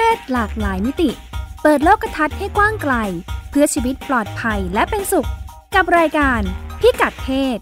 ศหลากหลายมิติเปิดโลกทัศน์ให้กว้างไกลเพื่อชีวิตปลอดภัยและเป็นสุขกับรายการพิกัดเพศ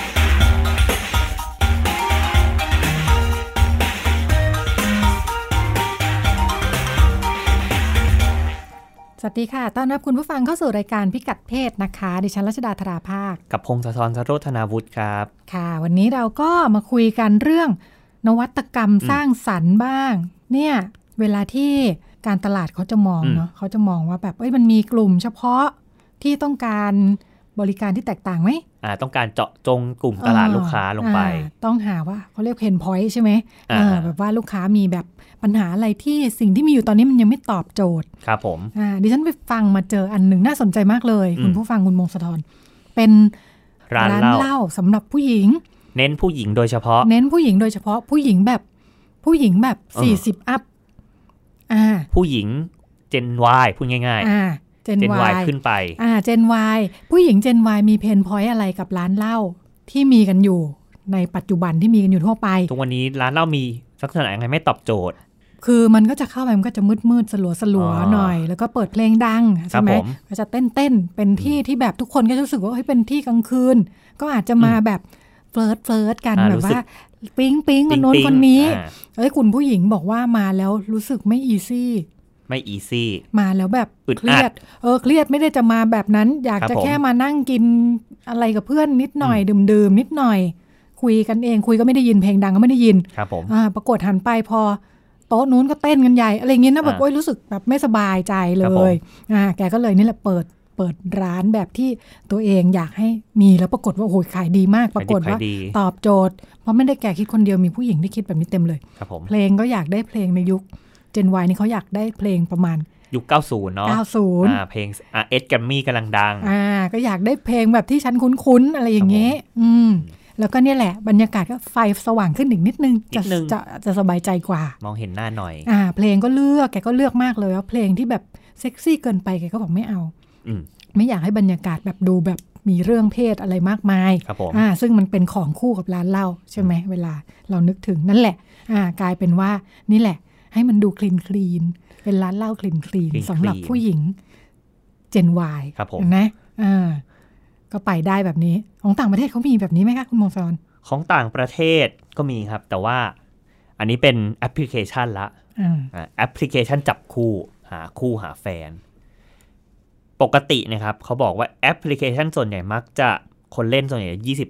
สวัสดีค่ะต้อนรับคุณผู้ฟังเข้าสู่รายการพิกัดเพศนะคะดิฉันรัชดาธราภาคกับพงศธร สโรธนาวุฒิครับค่ะวันนี้เราก็มาคุยกันเรื่องนวัตกรรมสร้างสรรค์บ้างเนี่ยเวลาที่การตลาดเขาจะมองเนาะเขาจะมองว่าแบบมันมีกลุ่มเฉพาะที่ต้องการบริการที่แตกต่างไหมต้องการเจาะจงกลุ่มตลาดลูกค้าลงไปต้องหาว่าเขาเรียกเพนพอยต์ใช่ไหมแบบว่าลูกค้ามีแบบปัญหาอะไรที่สิ่งที่มีอยู่ตอนนี้มันยังไม่ตอบโจทย์ครับผมดิฉันไปฟังมาเจออันหนึ่งน่าสนใจมากเลยคุณผู้ฟังคุณมงคลธรเป็นร้านเหล้าสำหรับผู้หญิงเน้นผู้หญิงโดยเฉพาะผู้หญิงผู้หญิงแบบ40อัพผู้หญิงเจน Y พูดง่ายๆเจน Y ขึ้นไปเจน Y ผู้หญิงเจน Y มีเพนพอยต์อะไรกับร้านเหล้าที่มีกันอยู่ในปัจจุบันที่มีกันอยู่ทั่วไปทุกวันนี้ร้านเหล้ามีลักษณะยังไงไม่ตอบโจทย์คือมันก็จะเข้าไปมันก็จะมืดๆสลัวๆหน่อยแล้วก็เปิดเพลงดังใช่ไหมก็จะเต้นเป็นที่ที่แบบทุกคนก็รู้สึกว่าเป็นที่กลางคืนก็อาจจะมาแบบเฟิร์สกันแบบว่าปิ๊งคนโน้นคนนี้คุณผู้หญิงบอกว่ามาแล้วรู้สึกไม่อีซี่มาแล้วแบบเครียดไม่ได้จะมาแบบนั้นอยากจะแค่มานั่งกินอะไรกับเพื่อนนิดหน่อยดื่มนิดหน่อยคุยกันเองคุยก็ไม่ได้ยินเพลงดังก็ไม่ได้ยินครับผมปรากฏหันไปพอโต๊ะนู้นก็เต้นกันใหญ่อะไรเงี้ยนะแบบรู้สึกแบบไม่สบายใจเลยแกก็เลยนี่แหละเปิดร้านแบบที่ตัวเองอยากให้มีแล้วปรากฏว่าโอ้โหขายดีมากปรากฏว่าตอบโจทย์เพราะไม่ได้แกคิดคนเดียวมีผู้หญิงที่คิดแบบนี้เต็มเลยเพลงก็อยากได้เพลงในยุคเจน Y นี่เขาอยากได้เพลงประมาณยุค90เนาะ90เพลงเอ็ดแกรมมี่กำลังดังก็อยากได้เพลงแบบที่ฉันคุ้นๆอะไรอย่างเงี้ยแล้วก็เนี่ยแหละบรรยากาศก็ไฟสว่างขึ้นอีกนิดนึงจะสบายใจกว่ามองเห็นหน้าหน่อยเพลงก็แกก็เลือกมากเลยว่าเพลงที่แบบเซ็กซี่เกินไปแกก็บอกไม่เอาไม่อยากให้บรรยากาศแบบดูแบบมีเรื่องเพศอะไรมากมายซึ่งมันเป็นของคู่กับร้านเหล้าใช่ไหมเวลาเรานึกถึงนั่นแหละกลายเป็นว่านี่แหละให้มันดูคลีนเป็นร้านเหล้าคลีนสำหรับผู้หญิงเจน Y นะก็ไปได้แบบนี้ของต่างประเทศเขามีแบบนี้ไหมคะคุณมงคลของต่างประเทศก็มีครับแต่ว่าอันนี้เป็นแอปพลิเคชันละแอปพลิเคชันจับคู่หาแฟนปกตินะครับเขาบอกว่าแอปพลิเคชันส่วนใหญ่มักจะคนเล่นส่วนใหญ่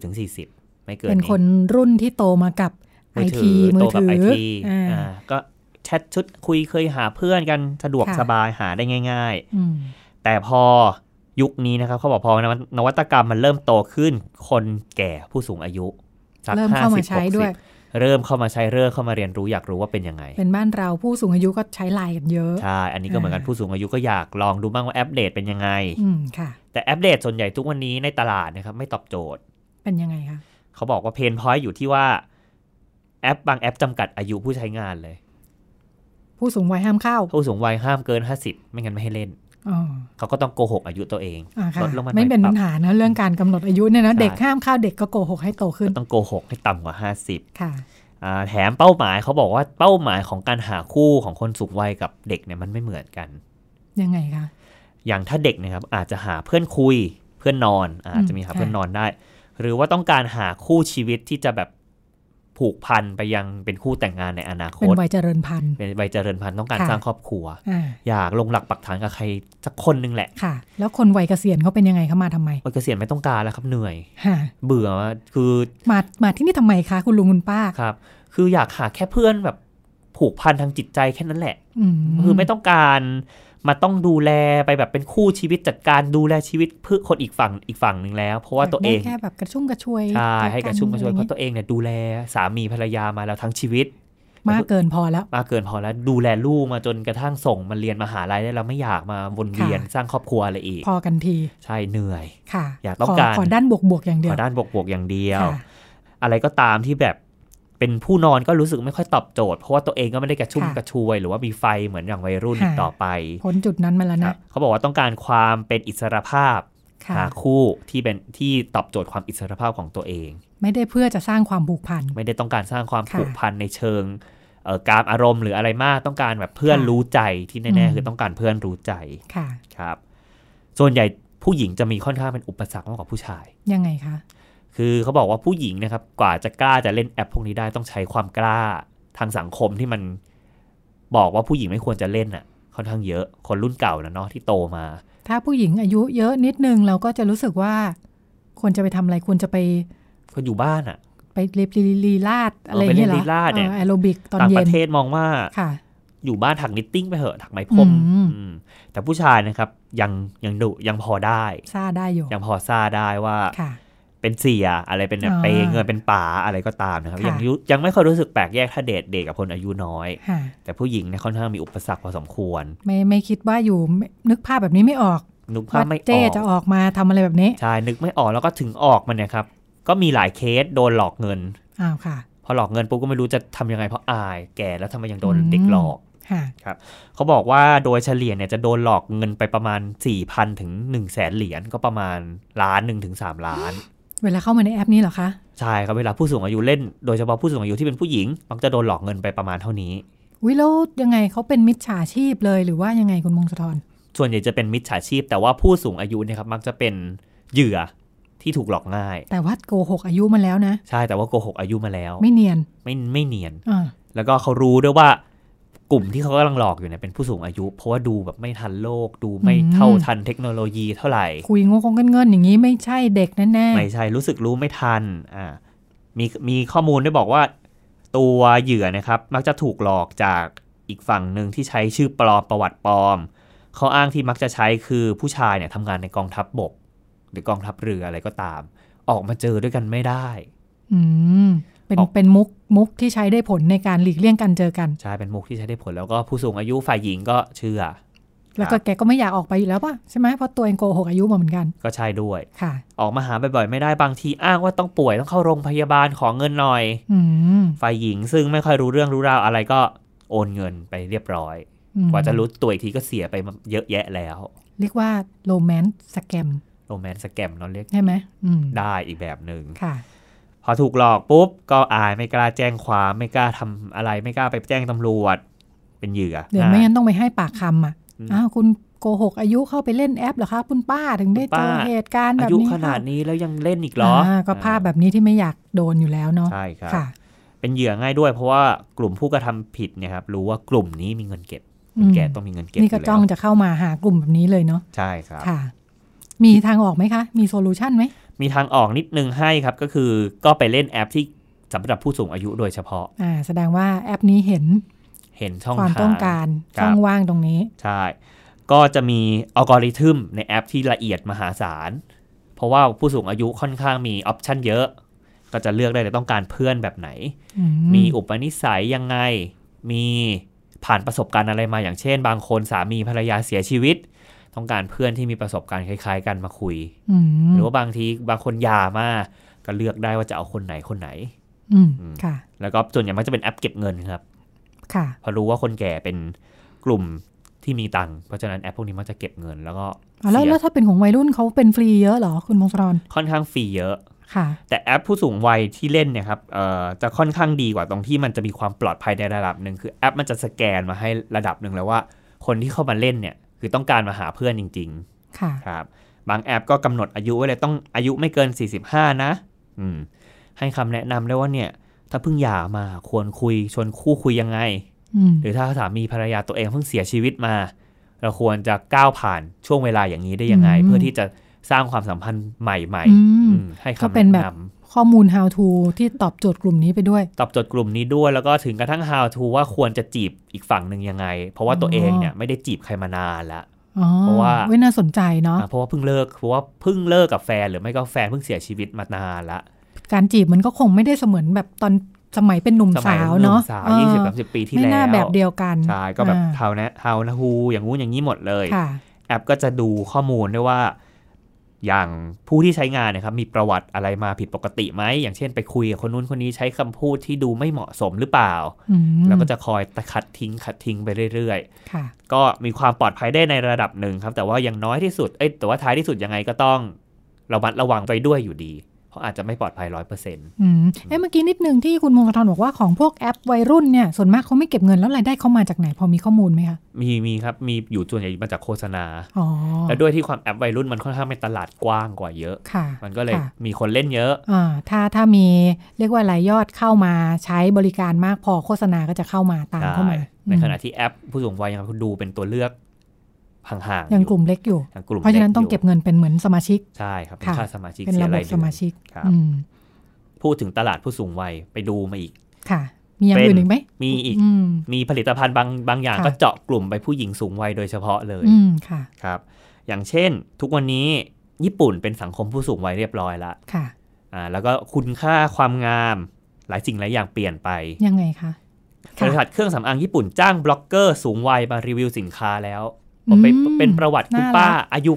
20-40 ไม่เกินเป็นคนรุ่นที่โตมากับ IT มือถือก็แชทชุดคุยเคยหาเพื่อนกันสะดวกสบายหาได้ง่ายๆแต่พอยุคนี้นะครับเขาบอกพอนวัตกรรมมันเริ่มโตขึ้นคนแก่ผู้สูงอายุเริ่มเข้ามาใช้ด้วยเริ่มเข้ามาใช้เริ่มเข้ามาเรียนรู้อยากรู้ว่าเป็นยังไงเป็นบ้านเราผู้สูงอายุก็ใช้ไลน์กันเยอะใช่อันนี้ก็เหมือนกันผู้สูงอายุก็อยากลองดูบ้างว่าแอปเดตเป็นยังไงค่ะแต่แอปเดตส่วนใหญ่ทุกวันนี้ในตลาดนะครับไม่ตอบโจทย์เป็นยังไงคะเขาบอกว่าเพนพอยต์อยู่ที่ว่าแอปบางแอปจำกัดอายุผู้ใช้งานเลยผู้สูงวัยห้ามเข้าผู้สูงวัยห้ามเกิน50ไม่งั้นไม่ให้เล่นเขาก็ต้องโกหกอายุตัวเองลดลงมาไม่เป็นปัญหานะเรื่องการกำหนดอายุเนี่ยนะเด็กห้ามเข้าเด็กก็โกหกให้โตขึ้นต้องโกหกให้ต่ำกว่า50 ค่ะแถมเป้าหมายเขาบอกว่าเป้าหมายของการหาคู่ของคนสูงวัยกับเด็กเนี่ยมันไม่เหมือนกันยังไงคะอย่างถ้าเด็กนะครับอาจจะหาเพื่อนคุยเพื่อนนอนอาจจะมีหาเพื่อนนอนได้หรือว่าต้องการหาคู่ชีวิตที่จะแบบผูกพันไปยังเป็นคู่แต่งงานในอนาคตเป็นวัยเจริญพันธุ์ต้องการสร้างครอบครัวอยากลงหลักปักฐานกับใครสักคนนึงแหละค่ะแล้วคนวัยเกษียณเขาเป็นยังไงเขามาทำไมวัยเกษียณไม่ต้องการแล้วครับเหนื่อยเบื่อคือมาที่นี่ทำไมคะคุณลุงคุณป้าครับคืออยากหาแค่เพื่อนแบบผูกพันทางจิตใจแค่นั้นแหละคือไม่ต้องการมาต้องดูแลไปแบบเป็นคู่ชีวิตจัดการดูแลชีวิตเพื่อคนอีกฝั่งนึงแล้วเพราะว่าตัวเองแค่แบบกระชุ่มกระชวยใช่ให้กระชุ่มกระชวยเพราะตัวเองเนี่ยดูแลสามีภรรยามาแล้วทั้งชีวิตมากเกินพอแล้วดูแลลูกมาจนกระทั่งส่งมาเรียนมหาลัยได้แล้วไม่อยากมาวนเวียนสร้างครอบครัวอะไรอีกพอกันทีใช่เหนื่อยค่ะอยากต้องการขอด้านบวกอย่างเดียวขอด้านบวกอย่างเดียวอะไรก็ตามที่แบบเป็นผู้นอนก็รู้สึกไม่ค่อยตอบโจทย์เพราะว่าตัวเองก็ไม่ได้กระชุ่มกระชวยหรือว่ามีไฟเหมือนอย่างวัยรุ่นอีกต่อไปพ้นจุดนั้นมาแล้วนะเขาบอกว่าต้องการความเป็นอิสรภาพหาคู่ที่ตอบโจทย์ความอิสรภาพของตัวเองไม่ได้เพื่อจะสร้างความผูกพันไม่ได้ต้องการสร้างความผูกพันในเชิงกามอารมณ์หรืออะไรมากต้องการแบบเพื่อนรู้ใจที่แน่ๆคือต้องการเพื่อนรู้ใจครับส่วนใหญ่ผู้หญิงจะมีค่อนข้างเป็นอุปสรรคมากกว่าผู้ชายยังไงคะคือเขาบอกว่าผู้หญิงนะครับกว่าจะกล้าจะเล่นแอปพวกนี้ได้ต้องใช้ความกล้าทางสังคมที่มันบอกว่าผู้หญิงไม่ควรจะเล่นอ่ะค่อนข้างเยอะคนรุ่นเก่าแล้วเนาะที่โตมาถ้าผู้หญิงอายุเยอะนิดนึงเราก็จะรู้สึกว่าควรจะไปทำอะไรควรจะไปคนอยู่บ้านอ่ะไปลีลาดอะไรอย่างเงี้ยเหรอแอโรบิกตอนเย็นต่างประเทศมองว่าอยู่บ้านถักนิตติ้งไปเหอะถักไหมพรมแต่ผู้ชายนะครับยังดุยังพอได้ซ่าได้อยู่ยังพอซ่าได้ว่าเป็นเสียอะไรเป็นเปย์เงินเป็นป๋าอะไรก็ตามนะครับยังไม่ค่อยรู้สึกแปลกแยกถ้าเด็กกับคนอายุน้อยแต่ผู้หญิงเนี่ยค่อนข้างมีอุปสรรคพอสมควรไม่คิดว่าอยู่นึกภาพแบบนี้ไม่ออกนึกภาพไม่ออกเจ๊จะออกมาทำอะไรแบบนี้ใช่นึกไม่ออกแล้วก็ถึงออกมันเนี่ยครับก็มีหลายเคสโดนหลอกเงินค่ะพอหลอกเงินปุ๊บก็ไม่รู้จะทำยังไงเพราะอายแก่แล้วทำไมยังโดนเด็กหลอกครับเขาบอกว่าโดยเฉลี่ยเนี่ยจะโดนหลอกเงินไปประมาณ 4,000 ถึง 100,000 เหรียญก็ประมาณ1,000,000 ถึง 3 ล้านเวลาเข้ามาในแอปนี้เหรอคะใช่ครับเวลาผู้สูงอายุเล่นโดยเฉพาะผู้สูงอายุที่เป็นผู้หญิงมักจะโดนหลอกเงินไปประมาณเท่านี้แล้วยังไงเขาเป็นมิจฉาชีพเลยหรือว่ายังไงคุณมงคลธรส่วนใหญ่จะเป็นมิจฉาชีพแต่ว่าผู้สูงอายุเนี่ยครับมักจะเป็นเหยื่อที่ถูกหลอกง่ายแต่ว่าโกหกอายุมาแล้วนะใช่แต่ว่าโกหกอายุมาแล้วไม่เนียนไม่เนียนแล้วก็เขารู้ด้วยว่ากลุ่มที่เขากำลังหลอกอยู่เนี่ยเป็นผู้สูงอายุเพราะว่าดูแบบไม่ทันโลกดูไม่เท่าทันเทคโนโลยีเท่าไหร่คุยงงเงินอย่างนี้ไม่ใช่เด็กแน่ๆไม่ใช่รู้สึกรู้ไม่ทันมีข้อมูลได้บอกว่าตัวเหยื่อนะครับมักจะถูกหลอกจากอีกฝั่งหนึ่งที่ใช้ชื่อปลอมประวัติปลอมเขาอ้างที่มักจะใช้คือผู้ชายเนี่ยทำงานในกองทัพบกหรือกองทัพเรืออะไรก็ตามออกมาเจอด้วยกันไม่ได้เป็นมุกที่ใช้ได้ผลในการหลีกเลี่ยงการเจอกันใช่เป็นมุกที่ใช้ได้ผลแล้วก็ผู้สูงอายุฝ่ายหญิงก็เชื่อแล้วก็แกก็ไม่อยากออกไปอยู่แล้วป่ะใช่ไหมเพราะตัวเองโกหกอายุมาเหมือนกันก็ใช่ด้วยค่ะออกมาหาบ่อยๆไม่ได้บางทีอ้างว่าต้องป่วยต้องเข้าโรงพยาบาลขอเงินหน่อยฝ่ายหญิงซึ่งไม่ค่อยรู้เรื่องรู้ราวอะไรก็โอนเงินไปเรียบร้อยกว่าจะรู้ตัวอีกทีก็เสียไปเยอะแยะแล้วเรียกว่าโรแมนต์สแกมเนาะเรียกใช่ไหมได้อีกแบบนึงค่ะพอถูกหลอกปุ๊บก็อายไม่กล้าแจ้งความไม่กล้าทำอะไรไม่กล้าไปแจ้งตำรวจเป็นเหยื่อเดี๋ยวไม่งั้นต้องไปให้ปากคำคุณโกหกอายุเข้าไปเล่นแอปเหรอคะคุณป้าถึงได้เจอเหตุการณ์แบบนี้อายุขนาดนี้แล้วยังเล่นอีกเหรอก็ภาพแบบนี้ที่ไม่อยากโดนอยู่แล้วเนาะใช่ครับเป็นเหยื่อง่ายด้วยเพราะว่ากลุ่มผู้กระทำผิดเนี่ยครับรู้ว่ากลุ่มนี้มีเงินเก็บแกต้องมีเงินเก็บนี่ก็จ้องจะเข้ามาหากลุ่มแบบนี้เลยเนาะใช่ครับค่ะมีทางออกไหมคะมีโซลูชันไหมมีทางออกนิดนึงให้ครับก็คือก็ไปเล่นแอปที่สำหรับผู้สูงอายุโดยเฉพาะแสดงว่าแอปนี้เห็นช่องความต้องการช่องว่างตรงนี้ใช่ก็จะมีอัลกอริทึมในแอปที่ละเอียดมหาศาลเพราะว่าผู้สูงอายุค่อนข้างมีออปชันเยอะก็จะเลือกได้เลยต้องการเพื่อนแบบไหนมีอุปนิสัยยังไงมีผ่านประสบการณ์อะไรมาอย่างเช่นบางคนสามีภรรยาเสียชีวิตต้องการเพื่อนที่มีประสบการณ์คล้ายๆกันมาคุยหรือว่าบางคนหย่ามาก็เลือกได้ว่าจะเอาคนไหนค่ะแล้วก็ส่วนใหญ่มันจะเป็นแอปเก็บเงินครับค่ะพอรู้ว่าคนแก่เป็นกลุ่มที่มีตังค์เพราะฉะนั้นแอปพวกนี้มันจะเก็บเงินแล้วก็แล้วถ้าเป็นของวัยรุ่นเขาเป็นฟรีเยอะเหรอคุณมงคลค่อนข้างฟรีเยอะค่ะแต่แอปผู้สูงวัยที่เล่นเนี่ยครับจะค่อนข้างดีกว่าตรงที่มันจะมีความปลอดภัยในระดับนึงคือแอปมันจะสแกนมาให้ระดับนึงแล้วว่าคนที่เข้ามาเล่นเนี่ยคือต้องการมาหาเพื่อนจริงๆค่ะครับบางแอปก็กำหนดอายุไว้เลยต้องอายุไม่เกิน45นะให้คำแนะนำได้ว่าเนี่ยถ้าเพิ่งหย่ามาควรชวนคู่คุยยังไงหรือถ้าสามีภรรยาตัวเองเพิ่งเสียชีวิตมาเราควรจะก้าวผ่านช่วงเวลาอย่างนี้ได้ยังไงเพื่อที่จะสร้างความสัมพันธ์ใหม่ๆให้คำแนะนำข้อมูล how to ที่ตอบโจทย์กลุ่มนี้ไปด้วยตอบโจทย์กลุ่มนี้ด้วยแล้วก็ถึงกระทั่ง how to ว่าควรจะจีบอีกฝั่งนึงยังไงเพราะว่าตัวเองเนี่ยไม่ได้จีบใครมานานแล้วเพราะว่าน่าสนใจเนาะเพราะว่าเพิ่งเลิกกับแฟนหรือไม่ก็แฟนเพิ่งเสียชีวิตมานานละการจีบมันก็คงไม่ได้เสมือนแบบตอนสมัยเป็นหนุ่มสาวเนาะ 20-30 ปีที่แล้วไม่น่าแบบเดียวกันใช่ก็แบบเท่านะฮูอย่างงู้นอย่างนี้หมดเลยแอปก็จะดูข้อมูลด้วยว่าอย่างผู้ที่ใช้งานนะครับมีประวัติอะไรมาผิดปกติไหมอย่างเช่นไปคุยกับคนนู้นคนนี้ใช้คำพูดที่ดูไม่เหมาะสมหรือเปล่าแล้วก็จะคอยคัดทิ้งไปเรื่อยๆก็มีความปลอดภัยได้ในระดับหนึ่งครับแต่ว่าอย่างน้อยที่สุดแต่ว่าท้ายที่สุดยังไงก็ต้องระมัดระวังไปด้วยอยู่ดีเพราะอาจจะไม่ปลอดภัย 100% เมื่อกี้นิดนึงที่คุณมงคลธรบอกว่าของพวกแอปวัยรุ่นเนี่ยส่วนมากเขาไม่เก็บเงินแล้วรายได้เขามาจากไหนพอมีข้อมูลไหมคะมีครับมีอยู่ส่วนใหญ่มาจากโฆษณาแล้วด้วยที่ความแอปวัยรุ่นมันค่อนข้างเป็นตลาดกว้างกว่าเยอะมันก็เลยมีคนเล่นเยอะถ้ามีเรียกว่ารายยอดเข้ามาใช้บริการมากพอโฆษณาก็จะเข้ามาตามเข้ามาในขณะที่แอปผู้สูงวัยยังดูเป็นตัวเลือกห่างๆยังกลุ่มเล็กอยู่เพราะฉะนั้นต้องเก็บเงินเป็นเหมือนสมาชิกใช่ครับเป็นค่าสมาชิกเป็นระบบสมาชิกพูดถึงตลาดผู้สูงวัยไปดูมาอีกค่ะมีอย่างอื่นอีกไหมมีอีกมีผลิตภัณฑ์บางอย่างก็เจาะกลุ่มไปผู้หญิงสูงวัยโดยเฉพาะเลยค่ะครับอย่างเช่นทุกวันนี้ญี่ปุ่นเป็นสังคมผู้สูงวัยเรียบร้อยแล้วค่ะแล้วก็คุณค่าความงามหลายสิ่งหลายอย่างเปลี่ยนไปยังไงคะบริษัทเครื่องสำอางญี่ปุ่นจ้างบล็อกเกอร์สูงวัยมารีวิวสินค้าแล้วเป็นประวัติคุณป้าอายุ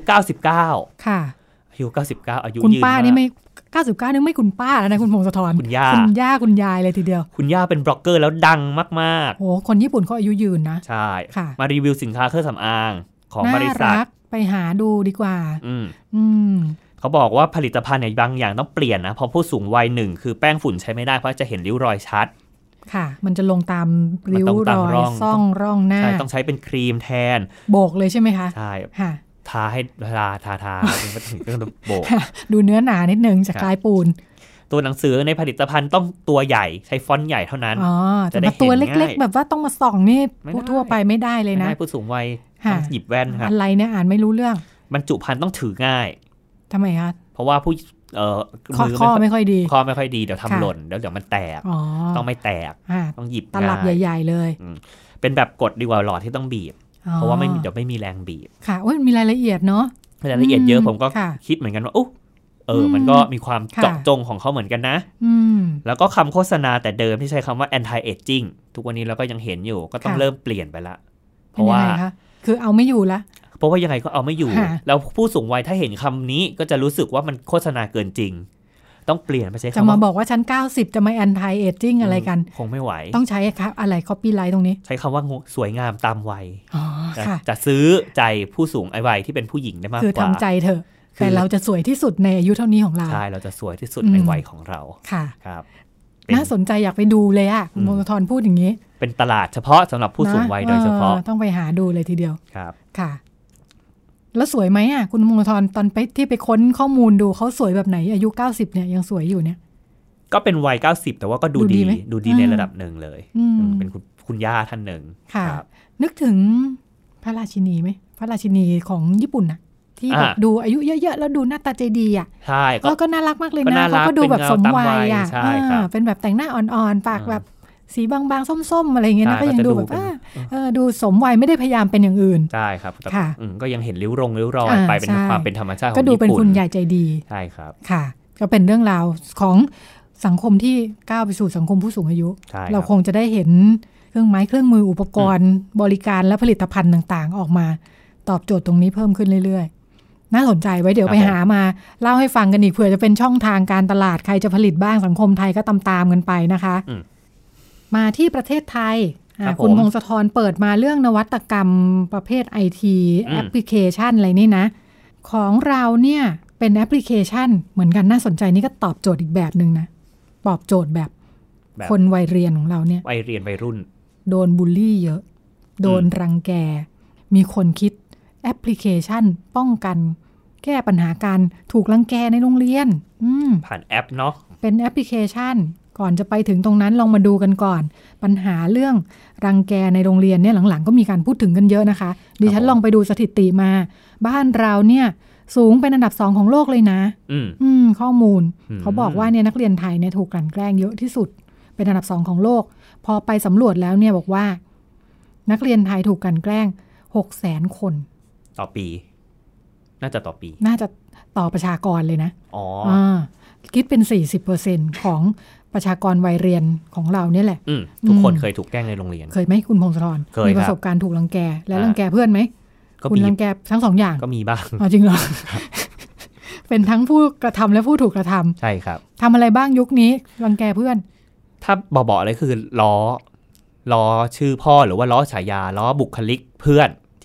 99 ค่ะอายุ99อายุยืนคุณป้านี่ไม่99นี่ไม่คุณป้าแล้วนะคุณพงศธรคุณย่าคุณยายเลยทีเดียวคุณย่าเป็นบล็อกเกอร์แล้วดังมากๆโอ้คนญี่ปุ่นเขาอายุยืนนะใช่มารีวิวสินค้าเครื่องสำอางของบริษัทไปหาดูดีกว่าเขาบอกว่าผลิตภัณฑ์บางอย่างต้องเปลี่ยนนะเพราะผู้สูงวัยหนึ่งคือแป้งฝุ่นใช้ไม่ได้เพราะจะเห็นริ้วรอยชัดค่ะมันจะลงตามริ้วรอยซ่องร่องหน้าต้องใช้เป็นครีมแทนโบกเลยใช่ไหมคะใช่ค่ะทาให้ทาถึงต้องโบกดูเนื้อหนานิดนึงจะคล้ายปูนตัวหนังสือในผลิตภัณฑ์ต้องตัวใหญ่ใช้ฟอนต์ใหญ่เท่านั้นจะได้ตัวเล็กๆแบบว่าต้องมาส่องนี่ทั่วไปไม่ได้เลยนะผู้สูงวัยต้องหยิบแว่นครับอะไรเนี่ยอ่านไม่รู้เรื่องบรรจุภัณฑ์ต้องถือง่ายทำไมคะเพราะว่าผู้ข้อไม่ค่อยดีข้อไม่ค่อยดีเดี๋ยวทำหล่นเดี๋ยวมันแตกต้องไม่แตกต้องหยิบตลับใหญ่ๆเลยเป็นแบบกดดีกว่าหลอดที่ต้องบีบเพราะว่าเดี๋ยวไม่มีแรงบีบค่ะมีรายละเอียดเนาะรายละเอียดเยอะผมก็คิดเหมือนกันว่ามันก็มีความเจาะจงของเขาเหมือนกันนะแล้วก็คำโฆษณาแต่เดิมที่ใช้คำว่า anti aging ทุกวันนี้เราก็ยังเห็นอยู่ก็ต้องเริ่มเปลี่ยนไปละเพราะว่าคือเอาไม่อยู่ละเพราะว่ายังไงก็เอาไม่อยู่แล้วผู้สูงวัยถ้าเห็นคำนี้ก็จะรู้สึกว่ามันโฆษณาเกินจริงต้องเปลี่ยนไปใช้คำจะมาบอกว่าฉัน90จะมา anti aging อะไรกันคงไม่ไหวต้องใช้ครับอะไร copyright ตรงนี้ใช้คำว่าสวยงามตามวัยจะซื้อใจผู้สูงวัยที่เป็นผู้หญิงได้มากกว่าคือทำใจเถอะแต่เราจะสวยที่สุดในอายุเท่านี้ของเราใช่เราจะสวยที่สุดในวัยของเราค่ะครับน่าสนใจอยากไปดูเลยอ่ะคุณมงคลธรพูดอย่างนี้เป็นตลาดเฉพาะสำหรับผู้สูงวัยโดยเฉพาะต้องไปหาดูเลยทีเดียวครับค่ะแล้วสวยไหมอ่ะคุณมงคลธรตอนไปที่ไปค้นข้อมูลดูเขาสวยแบบไหนอายุ90เนี่ยยังสวยอยู่เนี่ยก็เป็นวัย90แต่ว่าก็ดูดีในระดับหนึ่งเลยเป็นคุณย่าท่านหนึ่งครับนึกถึงพระราชินีไหมพระราชินีของญี่ปุ่นน่ะที่แบบดูอายุเยอะๆแล้วดูหน้าตาใจดีอ่ะใช่ก็น่ารักมากเลยนะเขาก็ดูแบบสมวัยอ่ะเป็นแบบแต่งหน้าอ่อนๆปากแบบสีบางๆส้มๆอะไรเงี้ยนะก็ยังดูแบบดูสมวัยไม่ได้พยายามเป็นอย่างอื่นใช่ครับก็ยังเห็นริ้วรอยไปเป็นความเป็นธรรมชาติของญี่ปุ่นก็ดูเป็นคุณยายใจดีใช่ครับค่ะก็เป็นเรื่องราวของสังคมที่ก้าวไปสู่สังคมผู้สูงอายุเราคงจะได้เห็นเครื่องไม้เครื่องมืออุปกรณ์บริการและผลิตภัณฑ์ต่างๆออกมาตอบโจทย์ตรงนี้เพิ่มขึ้นเรื่อยๆน่าสนใจไว้เดี๋ยวไปหามาเล่าให้ฟังกันอีกเผื่อจะเป็นช่องทางการตลาดใครจะผลิตบ้างสังคมไทยก็ตามๆกันไปนะคะมาที่ประเทศไทยคุณพงศธรเปิดมาเรื่องนวัตกรรมประเภท IT แอปพลิเคชันอะไรนี่นะของเราเนี่ยเป็นแอปพลิเคชันเหมือนกันน่าสนใจนี่ก็ตอบโจทย์อีกแบบนึงนะตอบโจทย์แบบคนวัยเรียนของเราเนี่ยวัยรุ่นโดนบูลลี่เยอะโดนรังแกมีคนคิดแอปพลิเคชันป้องกันแก้ปัญหาการถูกรังแกในโรงเรียนผ่านแอปเนาะเป็นแอปพลิเคชันก่อนจะไปถึงตรงนั้นลองมาดูกันก่อนปัญหาเรื่องรังแกในโรงเรียนเนี่ยหลังๆก็มีการพูดถึงกันเยอะนะคะดิฉันลองไปดูสถิติมาบ้านเราเนี่ยสูงเป็นอันดับ2ของโลกเลยนะข้อมูลเขาบอกว่าเนี่ยนักเรียนไทยเนี่ยถูกกลั่นแกล้งเยอะที่สุดเป็นอันดับ2ของโลกพอไปสำรวจแล้วเนี่ยบอกว่านักเรียนไทยถูกกลั่นแกล้ง 600,000 คนต่อปีน่าจะต่อปีน่าจะต่อประชากรเลยนะคิดเป็น 40% ของประชากรวัยเรียนของเราเนี่ยแหละทุกคนเคยถูกแกล้งในโรงเรียนเคยไหมคุณพงศธรมีประสบการณ์ถูกรังแกและรังแกเพื่อนไหมคุณรังแกทั้ง2 อย่างก็มีบ้างจริงเหรอ เป็นทั้งผู้กระทำและผู้ถูกกระทำใช่ครับทำอะไรบ้างยุคนี้รังแกเพื่อนถ้าบอกเลยคือล้อชื่อพ่อหรือว่าล้อฉายาล้อบุคลิกเพื่อน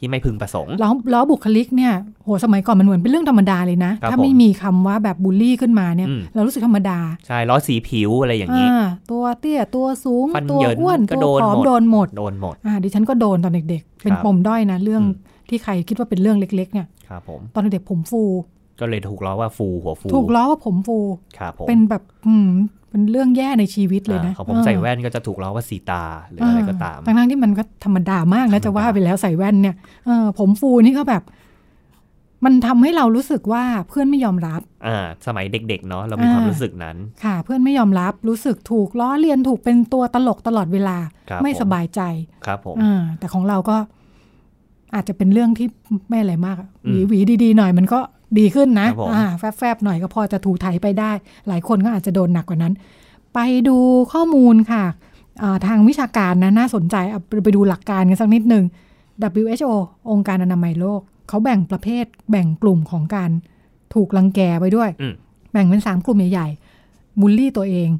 ที่ไม่พึงประสงค์แล้วบุคลิกเนี่ยโหสมัยก่อนมันเหมือนเป็นเรื่องธรรมดาเลยนะถ้าไม่มีคำว่าแบบบูลลี่ขึ้นมาเนี่ยเรารู้สึกธรรมดาใช่ล้อสีผิวอะไรอย่างนี้ตัวเตี้ยตัวสูงตัวอ้วนตัวผอมโดนหมดดิฉันก็โดนตอนเด็กๆเป็นปมด้อยนะเรื่องที่ใครคิดว่าเป็นเรื่องเล็กๆเนี่ยตอนเด็กผมฟูก็เลยถูกล้อว่าฟูหัวฟูถูกล้อว่าผมฟูเป็นแบบเป็นเรื่องแย่ในชีวิตเลยนะของผมใส่แว่นก็จะถูกล้อว่าสีตาหรืออะไรก็ตามทั้งที่มันก็ธรรมดามากนะจะว่าไปแล้วใส่แว่นเนี่ยผมฟูนี่ก็แบบมันทำให้เรารู้สึกว่าเพื่อนไม่ยอมรับสมัยเด็กๆเนาะเรามีความรู้สึกนั้นค่ะเพื่อนไม่ยอมรับรู้สึกถูกล้อเลียนถูกเป็นตัวตลกตลอดเวลาไม่สบายใจครับผมแต่ของเราก็อาจจะเป็นเรื่องที่ไม่อะไรมากหวีดีๆหน่อยมันก็ดีขึ้นนะแฟบๆหน่อยก็พอจะถูไถไปได้หลายคนก็อาจจะโดนหนักกว่านั้นไปดูข้อมูลค่ะทางวิชาการนะน่าสนใจเอาไปดูหลักการกันสักนิดนึง WHO องค์การอนามัยโลกเขาแบ่งประเภทแบ่งกลุ่มของการถูกรังแกไว้ด้วยแบ่งเป็น3กลุ่มใหญ่ๆบูลลี่ตัวเอง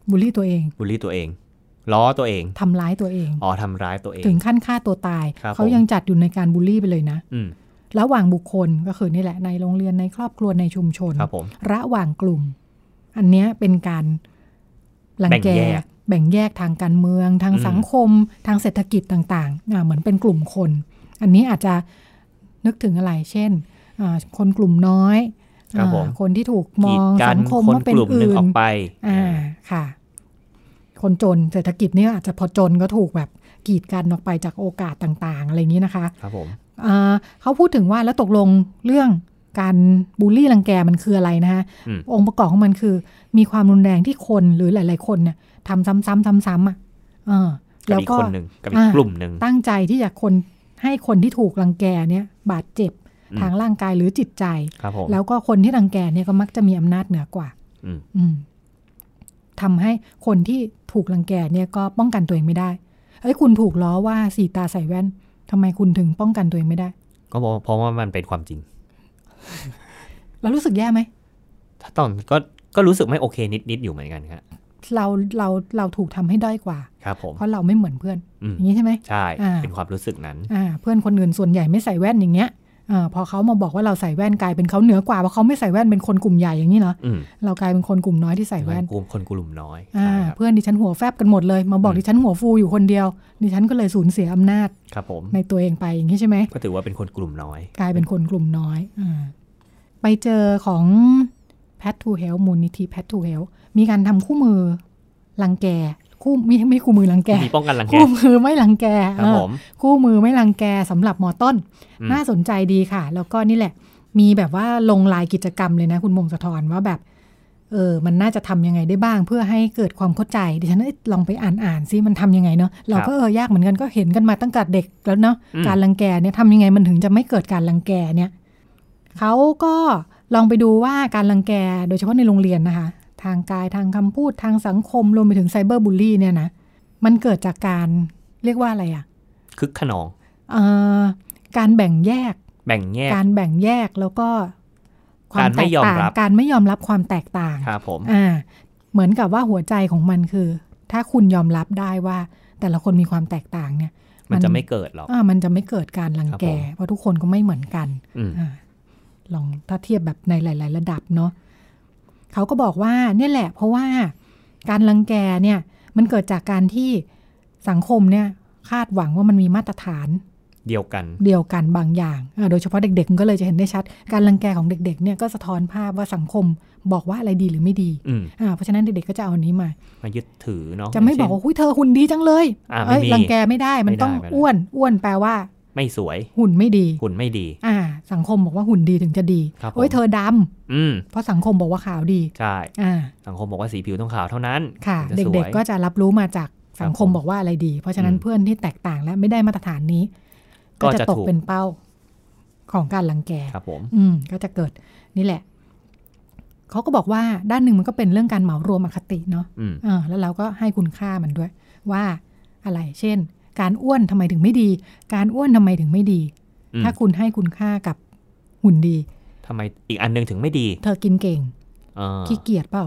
ล้อตัวเองทำร้ายตัวเองทำร้ายตัวเองถึงขั้นฆ่าตัวตายเขายังจัดอยู่ในการบูลลี่ไปเลยนะระหว่างบุคคลก็คือนี่แหละในโรงเรียนในครอบครัวในชุมชนระหว่างกลุ่มอันนี้เป็นการรังแกแบ่งแยกทางการเมืองทางสังคมทางเศรษฐกิจต่างๆเหมือนเป็นกลุ่มคนอันนี้อาจจะนึกถึงอะไรเช่นคนกลุ่มน้อยคนที่ถูกมองสังคมว่าเป็นอื่นค่ะคนจนเศรษฐกิจนี่อาจจะพอจนก็ถูกแบบกีดกันออกไปจากโอกาสต่างๆอะไรอย่างนี้นะคะครับผมเขาพูดถึงว่าแล้วตกลงเรื่องการบูลลี่รังแกมันคืออะไรนะคะองค์ประกอบของมันคือมีความรุนแรงที่คนหรือหลายๆคนเนี่ยทำซ้ำๆแล้วก็คนหนึ่งกับอีกกลุ่มหนึ่งตั้งใจที่จะให้คนที่ถูกรังแกเนี่ยบาดเจ็บทางร่างกายหรือจิตใจแล้วก็คนที่รังแกเนี่ยก็มักจะมีอำนาจเหนือกว่าทำให้คนที่ถูกรังแกเนี่ยก็ป้องกันตัวเองไม่ได้คุณถูกล้อว่าสีตาใส่แว่นทำไมคุณถึงป้องกันตัวเองไม่ได้ก็เพราะว่ามันเป็นความจริงเรารู้สึกแย่ไหมถ้าตอนก็รู้สึกไม่โอเคนิดอยู่เหมือนกันครับเราถูกทำให้ด้อยกว่าครับผมเพราะเราไม่เหมือนเพื่อนอย่างนี้ใช่ไหมใช่เป็นความรู้สึกนั้นเพื่อนคนอื่นส่วนใหญ่ไม่ใส่แว่นอย่างเงี้ยพอเขามาบอกว่าเราใส่แว่นกลายเป็นเขาเหนือกว่าเพราะเขาไม่ใส่แว่นเป็นคนกลุ่มใหญ่อย่างนี้เนาะเรากลายเป็นคนกลุ่มน้อยที่ใส่แว่นคนกลุ่มน้อยเพื่อนดิฉันหัวแฟบกันหมดเลยมาบอกดิฉันหัวฟูอยู่คนเดียวดิฉันก็เลยสูญเสียอำนาจครับผมในตัวเองไปอย่างนี้ใช่ไหมก็ถือว่าเป็นคนกลุ่มน้อยกลายเป็นคนกลุ่มน้อยไปเจอของ Path to Health มูลนิธิ Path to Health มีการทำคู่มือรังแกไม่คู่มือรังแกมีป้องกันรังแกคู่มือไม่รังแกคู่มือไม่รังแกสำหรับม.ต้นน่าสนใจดีค่ะแล้วก็นี่แหละมีแบบว่าลงรายกิจกรรมเลยนะคุณมงคลธรว่าแบบมันน่าจะทำยังไงได้บ้างเพื่อให้เกิดความเข้าใจดิฉันลองไปอ่านซิมันทำยังไงเนาะเราก็ยากเหมือนกันก็เห็นกันมาตั้งแต่เด็กแล้วเนาะการรังแกเนี่ยทำยังไงมันถึงจะไม่เกิดการรังแกเนี่ยเขาก็ลองไปดูว่าการรังแกโดยเฉพาะในโรงเรียนนะคะทางกายทางคำพูดทางสังคมรวมไปถึงไซเบอร์บูลลี่เนี่ยนะมันเกิดจากการเรียกว่าอะไรอ่ะคึกขนองการแบ่งแยกการแบ่งแยกแล้วก็ความแตกต่างการไม่ยอมรับความแตกต่างครับผมเหมือนกับว่าหัวใจของมันคือถ้าคุณยอมรับได้ว่าแต่ละคนมีความแตกต่างเนี่ยมันจะไม่เกิดหรอกมันจะไม่เกิดการรังแกเพราะทุกคนก็ไม่เหมือนกันลองถ้าเทียบแบบในหลายๆระดับเนาะเขาก็บอกว่าเนี่ยแหละเพราะว่าการรังแกเนี่ยมันเกิดจากการที่สังคมเนี่ยคาดหวังว่ามันมีมาตรฐานเดียวกันบางอย่างโดยเฉพาะเด็กๆก็เลยจะเห็นได้ชัดการรังแกของเด็กๆเนี่ยก็สะท้อนภาพว่าสังคมบอกว่าอะไรดีหรือไม่ดีเพราะฉะนั้นเด็กๆก็จะเอาอันนี้มายึดถือเนาะจะไม่บอกว่าเธอหุ่นดีจังเลยรังแกไม่ได้มันต้องอ้วนแปลว่าไม่สวยหุ่นไม่ดีสังคมบอกว่าหุ่นดีถึงจะดีเธอดำเพราะสังคมบอกว่าขาวดีใช่สังคมบอกว่าสีผิวต้องขาวเท่านั้นค่ะเด็กๆก็จะรับรู้มาจากสังคมบอกว่าอะไรดีเพราะฉะนั้นเพื่อนที่แตกต่างและไม่ได้มาตรฐานนี้ก็จะตกเป็นเป้าของการรังแกครับผมก็จะเกิดนี่แหละเขาก็บอกว่าด้านหนึ่งมันก็เป็นเรื่องการเหมารวมอคติเนาะแล้วเราก็ให้คุณค่ามันด้วยว่าอะไรเช่นการอ้วนทำไมถึงไม่ดีการอ้วนทำไมถึงไม่ดีถ้าคุณให้คุณค่ากับหุ่นดีทำไมอีกอันนึงถึงไม่ดีเธอกินเก่งขี้เกียจเปล่า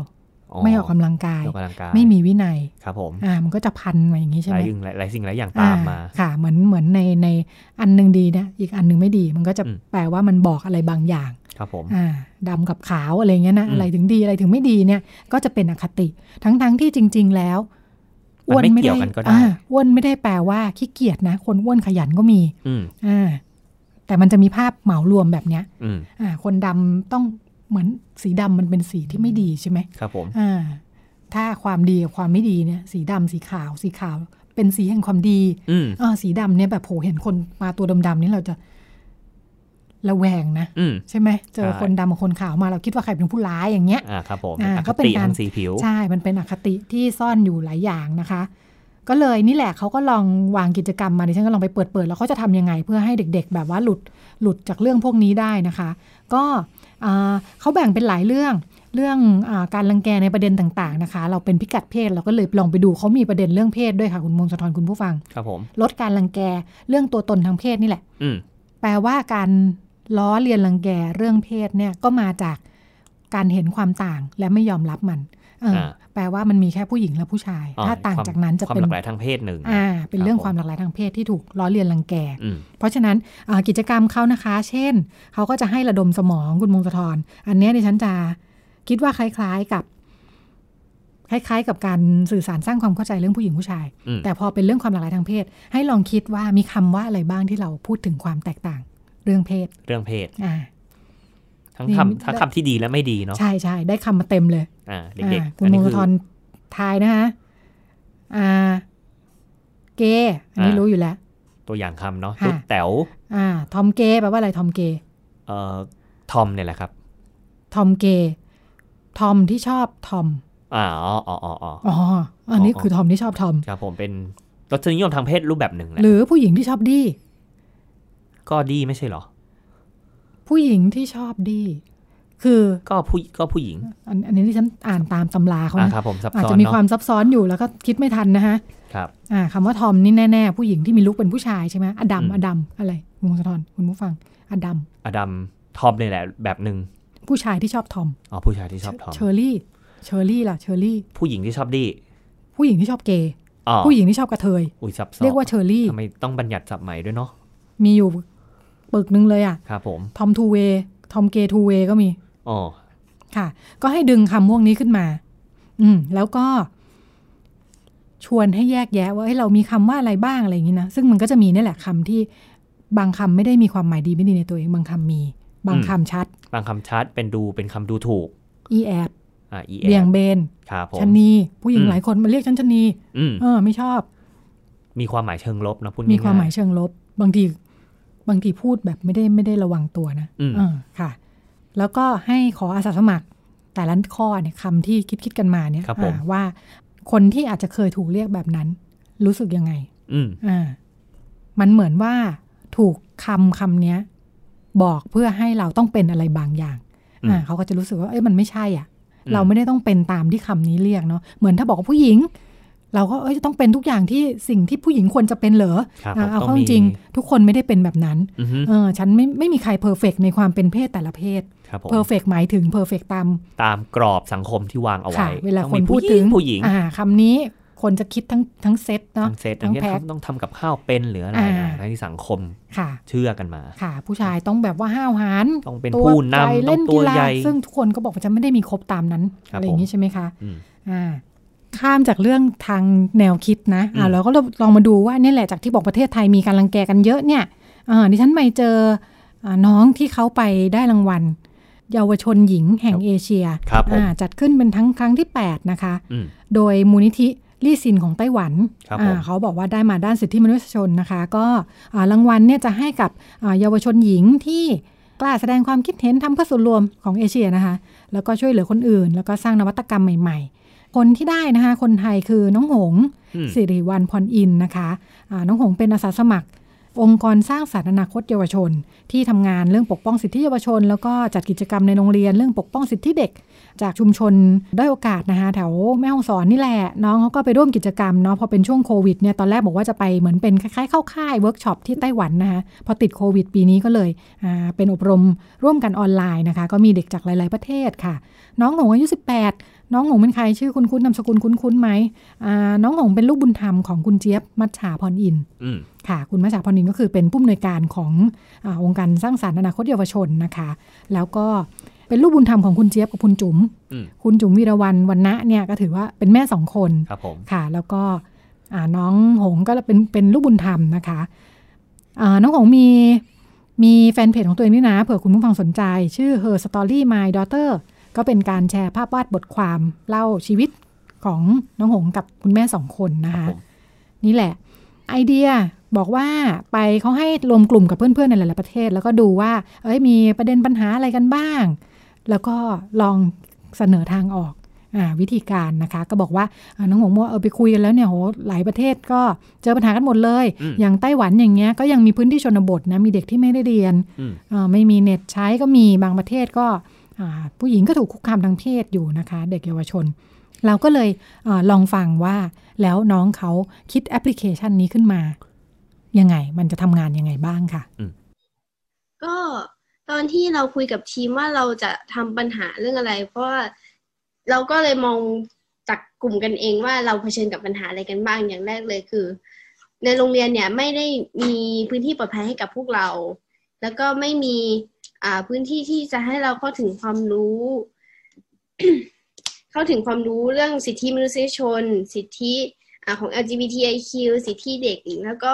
ไม่ออกกำลังกายไม่มีวินัยครับผมมันก็จะพันมาอย่างนี้ใช่ไหมหลายสิ่งหลายอย่างตามมาค่ะเหมือนในอันนึงดีนะอีกอันนึงไม่ดีมันก็จะแปลว่ามันบอกอะไรบางอย่างครับผมดำกับขาวอะไรเงี้ยนะอะไรถึงดีอะไรถึงไม่ดีเนี่ยก็จะเป็นอคติทั้งที่จริงๆแล้วอ้วนไม่ได้อ้วนไม่ได้แปลว่าขี้เกียจนะคนอ้วนขยันก็มีแต่มันจะมีภาพเหมารวมแบบเนี้ยคนดำต้องเหมือนสีดำมันเป็นสีที่ไม่ดีใช่ไหมครับผมถ้าความดีกับความไม่ดีเนี่ยสีดำสีขาวเป็นสีแห่งความดีสีดำเนี่ยแบบโหเห็นคนมาตัวดำๆนี่เราจะระแวงนะใช่ไหมเจอคนดำกับคนขาวมาเราคิดว่าใครเป็นผู้ร้ายอย่างเงี้ยครับผมก็เป็นการสีผิวใช่มันเป็นอคติที่ซ่อนอยู่หลายอย่างนะคะก็เลยนี่แหละเขาก็ลองวางกิจกรรมมาดิฉันก็ลองไปเปิดแล้วเขาจะทำยังไงเพื่อให้เด็กๆแบบว่าหลุดจากเรื่องพวกนี้ได้นะคะก็เขาแบ่งเป็นหลายเรื่องการรังแกในประเด็นต่างๆนะคะเราเป็นพิกัดเพศเราก็เลยลองไปดูเขามีประเด็นเรื่องเพศด้วยค่ะคุณมงคลธรคุณผู้ฟังครับผมลดการรังแกเรื่องตัวตนทางเพศนี่แหละแปลว่าการล้อเลียนรังแกเรื่องเพศเนี่ยก็มาจากการเห็นความต่างและไม่ยอมรับมันแปลว่ามันมีแค่ผู้หญิงและผู้ชายถ้าต่างจากนั้นจะเป็นความหลากหลายทางเพศหนึ่งเป็นเรื่องความหลากหลายทางเพศที่ถูกล้อเลียนรังแกเพราะฉะนั้นกิจกรรมเขานะคะเช่นเขาก็จะให้ระดมสมองคุณมงคลธรอันนี้ดิฉันจะคิดว่าคล้ายๆกับการสื่อสารสร้างความเข้าใจเรื่องผู้หญิงผู้ชายแต่พอเป็นเรื่องความหลากหลายทางเพศให้ลองคิดว่ามีคำว่าอะไรบ้างที่เราพูดถึงความแตกต่างเรื่องเพศทั้งคำที่ดีและไม่ดีเนาะใช่ได้คำมาเต็มเลยเด็กๆคุณมงคลธรทายนะคะเกย์อันนี้รู้อยู่แล้วตัวอย่างคำเนาะตุ๊ดแต๋วทอมเกย์แปลว่าอะไรทอมเกย์ทอมเนี่ยแหละครับทอมเกย์ทอมที่ชอบทอมอันนี้คือทอมที่ชอบทอมครับผมเป็นรสนิยมทางเพศรูปแบบหนึ่งแหละหรือผู้หญิงที่ชอบดี้ก็ดี้ไม่ใช่หรอผู้หญิงที่ชอบดี้คือก็ผู้หญิงอันนี้ที่ฉันอ่านตามตำราเขานะครับผมอาจจะมีความซับซ้อนอยู่แล้วก็คิดไม่ทันนะฮะครับคำว่าทอมนี่แน่ๆผู้หญิงที่มีลุคเป็นผู้ชายใช่ไหมอดัมอะไรมงคลธรคุณผู้ฟังอดัมทอมนี่แหละแบบหนึ่งผู้ชายที่ชอบทอมผู้ชายที่ชอบทอมเชอรี่ล่ะเชอรี่ผู้หญิงที่ชอบดี้ผู้หญิงที่ชอบเกย์ผู้หญิงที่ชอบกระเทยเรียกว่าเชอรี่ทำไมต้องบัญญัติศัพท์ใหม่ด้วยเนาะมีอยู่ปึกนึงเลยครับผมทอมทูเวย์ทอมเกย์ทูเวย์ก็มีค่ะก็ให้ดึงคำพวกนี้ขึ้นมาแล้วก็ชวนให้แยกแยะว่าเรามีคำว่าอะไรบ้างอะไรอย่างนี้นะซึ่งมันก็จะมีนี่แหละคำที่บางคำไม่ได้มีความหมายดีไม่ดีในตัวเองบางคำมีบางคำชัดเป็นคำดูถูกอีแอบเบี่ยงเบนชนีผู้หญิงหลายคนมาเรียกฉันชนีไม่ชอบมีความหมายเชิงลบนะพูดง่ายๆมีความหมายเชิงลบบางทีพูดแบบไม่ได้ระวังตัวนะค่ะแล้วก็ให้ขออาสาสมัครแต่ละข้อเนี่ยคำที่คิดกันมาเนี่ยว่าคนที่อาจจะเคยถูกเรียกแบบนั้นรู้สึกยังไงมันเหมือนว่าถูกคำนี้บอกเพื่อให้เราต้องเป็นอะไรบางอย่างเขาก็จะรู้สึกว่ามันไม่ใช่เราไม่ได้ต้องเป็นตามที่คำนี้เรียกเนาะเหมือนถ้าบอกว่าผู้หญิงเราก็จะต้องเป็นทุกอย่างที่สิ่งที่ผู้หญิงควรจะเป็นเหรอเอาเข้าจริงทุกคนไม่ได้เป็นแบบนั้นฉันไม่มีใครเพอร์เฟกต์ในความเป็นเพศแต่ละเพศเพอร์เฟกต์หมายถึงเพอร์เฟกต์ตามกรอบสังคมที่วางเอาไว้เวลาคนพูดถึงผู้หญิงคำนี้คนจะคิดทั้งเซตเนาะทั้งแพ็คต้องทำกับข้าวเป็นหรืออะไรในที่สังคมเชื่อกันมาค่ะผู้ชายต้องแบบว่าห้าวหาญต้องเป็นผู้นำต้องตัวใหญ่ซึ่งทุกคนก็บอกว่าจะไม่ได้มีครบตามนั้นอะไรอย่างนี้ใช่ไหมคะข้ามจากเรื่องทางแนวคิดนะเราก็ลองมาดูว่านี่แหละจากที่บอกประเทศไทยมีการรังแกกันเยอะเนี่ยดิฉันไปเจอน้องที่เขาไปได้รางวัลเยาวชนหญิงแห่งเอเชียจัดขึ้นเป็นครั้งที่8นะคะโดยมูลนิธิลี่ซินของไต้หวันเขาบอกว่าได้มาด้านสิทธิมนุษยชนนะคะก็รางวัลเนี่ยจะให้กับเยาวชนหญิงที่กล้าแสดงความคิดเห็นทำเพื่อส่วนรวมของเอเชียนะคะแล้วก็ช่วยเหลือคนอื่นแล้วก็สร้างนวัตกรรมใหม่ๆคนที่ได้นะคะคนไทยคือน้องหงสิริวรรณพรอินนะคะน้องหงเป็นอาสาสมัครองค์กรสร้างสรรค์อนาคตเยาวชนที่ทำงานเรื่องปกป้องสิทธิเยาวชนแล้วก็จัดกิจกรรมในโรงเรียนเรื่องปกป้องสิทธิเด็กจากชุมชนด้อยโอกาสนะคะแถวแม่ฮ่องสอนนี่แหละน้องเขาก็ไปร่วมกิจกรรมเนาะพอเป็นช่วงโควิดเนี่ยตอนแรกบอกว่าจะไปเหมือนเป็นคล้ายๆเข้าค่ายเวิร์กช็อปที่ไต้หวันนะคะพอติดโควิดปีนี้ก็เลยเป็นอบรมร่วมกันออนไลน์นะคะก็มีเด็กจากหลายๆประเทศค่ะน้องหงอายุ18 น้องหงเป็นใครชื่อคุ้นๆนามสกุลคุ้นๆไหมน้องหงเป็นลูกบุญธรรมของคุณเจี๊ยบมัชฉาพรอินทร์ค่ะคุณมัชฉาพรอินทร์ก็คือเป็นผู้อำนวยการขององค์การสร้างสรรค์อนาคตเยาวชนนะคะแล้วก็เป็นลูกบุญธรรมของคุณเจี๊ยบกับคุณจุ๋มวีรวรรณวรรณะเนี่ยก็ถือว่าเป็นแม่2คนค่ะแล้วก็น้องหงก็เป็นลูกบุญธรรมนะคะน้องหงมีแฟนเพจของตัวเองด้วยนะเผื่อคุณผู้ฟังสนใจชื่อ Her Story My Daughter ก็เป็นการแชร์ภาพวาดบทความเล่าชีวิตของน้องหงกับคุณแม่2คนนะคะนี่แหละไอเดียบอกว่าไปเขาให้รวมกลุ่มกับเพื่อนๆในหลายๆประเทศแล้วก็ดูว่ามีประเด็นปัญหาอะไรกันบ้างแล้วก็ลองเสนอทางออกวิธีการนะคะก็บอกว่าน้องหงว่าไปคุยกันแล้วเนี่ยโหหลายประเทศก็เจอปัญหากันหมดเลยอย่างไต้หวันอย่างเงี้ยก็ยังมีพื้นที่ชนบทนะมีเด็กที่ไม่ได้เรียนไม่มีเน็ตใช้ก็มีบางประเทศก็ผู้หญิงก็ถูกคุกคามทางเพศอยู่นะคะเด็กเยาวชนเราก็เลยลองฟังว่าแล้วน้องเขาคิดแอปพลิเคชันนี้ขึ้นมายังไงมันจะทำงานยังไงบ้างค่ะก็ตอนที่เราคุยกับทีมว่าเราจะทำปัญหาเรื่องอะไรเพราะว่าเราก็เลยมองจากกลุ่มกันเองว่าเราเผชิญกับปัญหาอะไรกันบ้างอย่างแรกเลยคือในโรงเรียนเนี่ยไม่ได้มีพื้นที่ปลอดภัยให้กับพวกเราแล้วก็ไม่มีพื้นที่ที่จะให้เราเข้าถึงความรู้ เข้าถึงความรู้เรื่องสิทธิมนุษยชนสิทธิของ LGBTIQ สิทธิเด็กแล้วก็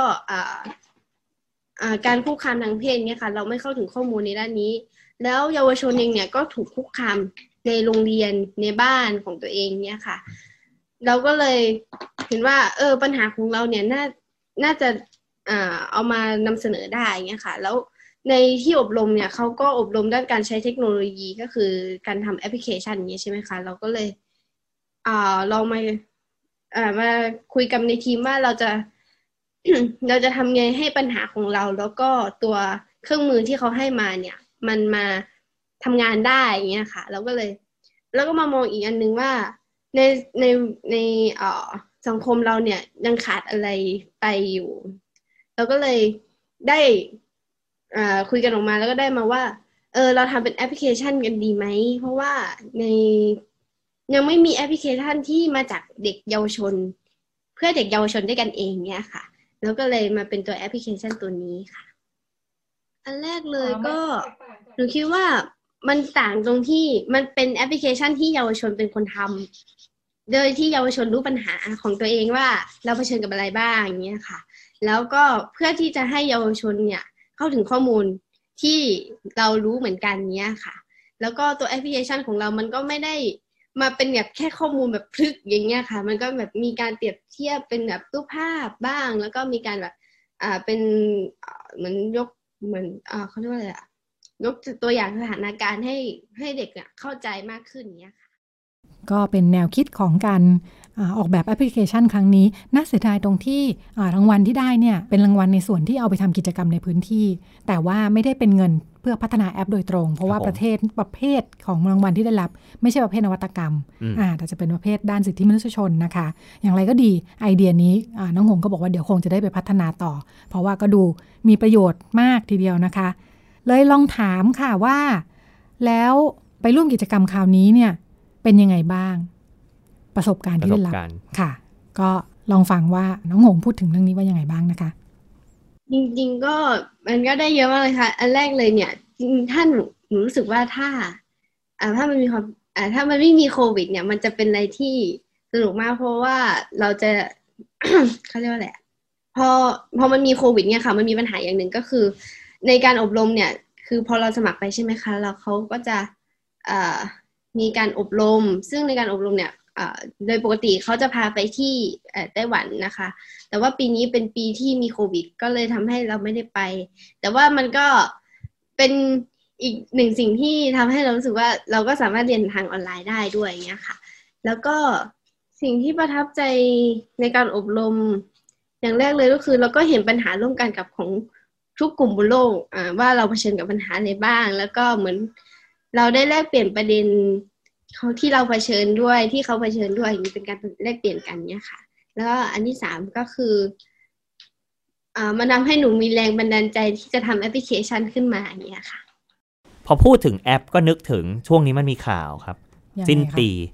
การคุกคามทางเพศเนี่ยค่ะเราไม่เข้าถึงข้อมูลในด้านนี้แล้วเยาวชนเองเนี่ยก็ถูกคุกคามในโรงเรียนในบ้านของตัวเองเนี่ยค่ะเราก็เลยเห็นว่าปัญหาของเราเนี่ยน่าจะเอามานำเสนอได้เงี้ยค่ะแล้วในที่อบรมเนี่ยเขาก็อบรมด้านการใช้เทคโนโลยีก็คือการทำแอปพลิเคชันนี้ใช่ไหมคะเราก็เลยลองมาคุยกันในทีมว่าเราจะทำไงให้ปัญหาของเราแล้วก็ตัวเครื่องมือที่เขาให้มาเนี่ยมันมาทำงานได้อย่างเงี้ยค่ะแล้วก็มามองอีกอันนึงว่าในสังคมเราเนี่ยยังขาดอะไรไปอยู่เราก็เลยได้คุยกันออกมาแล้วก็ได้มาว่าเราทำเป็นแอปพลิเคชันกันดีไหมเพราะว่ายังไม่มีแอปพลิเคชันที่มาจากเด็กเยาวชนเพื่อเด็กเยาวชนด้วยกันเองเนี่ยค่ะแล้วก็เลยมาเป็นตัวแอปพลิเคชันตัวนี้ค่ะอันแรกเลยก็หนูคิดว่ามันต่างตรงที่มันเป็นแอปพลิเคชันที่เยาวชนเป็นคนทำโดยที่เยาวชนรู้ปัญหาของตัวเองว่าเราเผชิญกับอะไรบ้างอย่างเงี้ยค่ะแล้วก็เพื่อที่จะให้เยาวชนเนี่ยเข้าถึงข้อมูลที่เรารู้เหมือนกันเนี้ยค่ะแล้วก็ตัวแอปพลิเคชันของเรามันก็ไม่ได้มาเป็นแบบแค่ข้อมูลแบบพลึกอย่างเงี้ยค่ะมันก็แบบมีการเปรียบเทียบเป็นแบบรูปภาพบ้างแล้วก็มีการแบบเป็นเหมือนยกเหมือนเขาเรียกว่าอะไรยกตัวอย่างสถานการณ์ให้เด็กเนี่ยเข้าใจมากขึ้นเนี้ยค่ะก็เป็นแนวคิดของการออกแบบแอปพลิเคชันครั้งนี้น่าเสียดายตรงที่รางวัลที่ได้เนี่ยเป็นรางวัลในส่วนที่เอาไปทำกิจกรรมในพื้นที่แต่ว่าไม่ได้เป็นเงินเพื่อพัฒนาแอปโดยตรงเพราะว่าประเภทของรางวัลที่ได้รับไม่ใช่ประเภทนวัตกรรมแต่จะเป็นประเภทด้านสิทธิมนุษยชนนะคะอย่างไรก็ดีไอเดียนี้น้องหงก็บอกว่าเดี๋ยวคงจะได้ไปพัฒนาต่อเพราะว่าก็ดูมีประโยชน์มากทีเดียวนะคะเลยลองถามค่ะว่าแล้วไปร่วมกิจกรรมคราวนี้เนี่ยเป็นยังไงบ้างประสบการณ์ที่ได้รับค่ะก็ลองฟังว่าน้องหงพูดถึงเรื่องนี้ว่ายังไงบ้างนะคะจริงๆก็มันก็ได้เยอะมากเลยค่ะอันแรกเลยเนี่ยท่านหนูรู้สึกว่าถ้ามันมีความถ้ามันไม่มีโควิดเนี่ยมันจะเป็นอะไรที่สนุกมากเพราะว่าเราจะ เขาเรียกว่าอะไรพอมันมีโควิดเนี่ยค่ะมันมีปัญหาอย่างหนึ่งก็คือในการอบรมเนี่ยคือพอเราสมัครไปใช่ไหมคะแล้วเขาก็จะมีการอบรมซึ่งในการอบรมเนี่ยโดยปกติเขาจะพาไปที่ไต้หวันนะคะแต่ว่าปีนี้เป็นปีที่มีโควิดก็เลยทำให้เราไม่ได้ไปแต่ว่ามันก็เป็นอีกหนึ่งสิ่งที่ทำให้เรารู้สึกว่าเราก็สามารถเรียนทางออนไลน์ได้ด้วยอย่างเงี้ยค่ะแล้วก็สิ่งที่ประทับใจในการอบรมอย่างแรกเลยก็คือเราก็เห็นปัญหาร่วมกันกับของทุกกลุ่มบนโลกว่าเราเผชิญกับปัญหาอะไรบ้างแล้วก็เหมือนเราได้แลกเปลี่ยนประเด็นที่เราเผชิญด้วยที่เขาเผชิญด้วยอย่างนี้เป็นการแลกเปลี่ยนกันเนี่ยค่ะแล้วอันที่3ก็คือมันทำให้หนูมีแรงบันดาลใจที่จะทำแอปพลิเคชันขึ้นมาอย่างเงี้ยค่ะพอพูดถึงแอปก็นึกถึงช่วงนี้มันมีข่าวครับสิ้นปี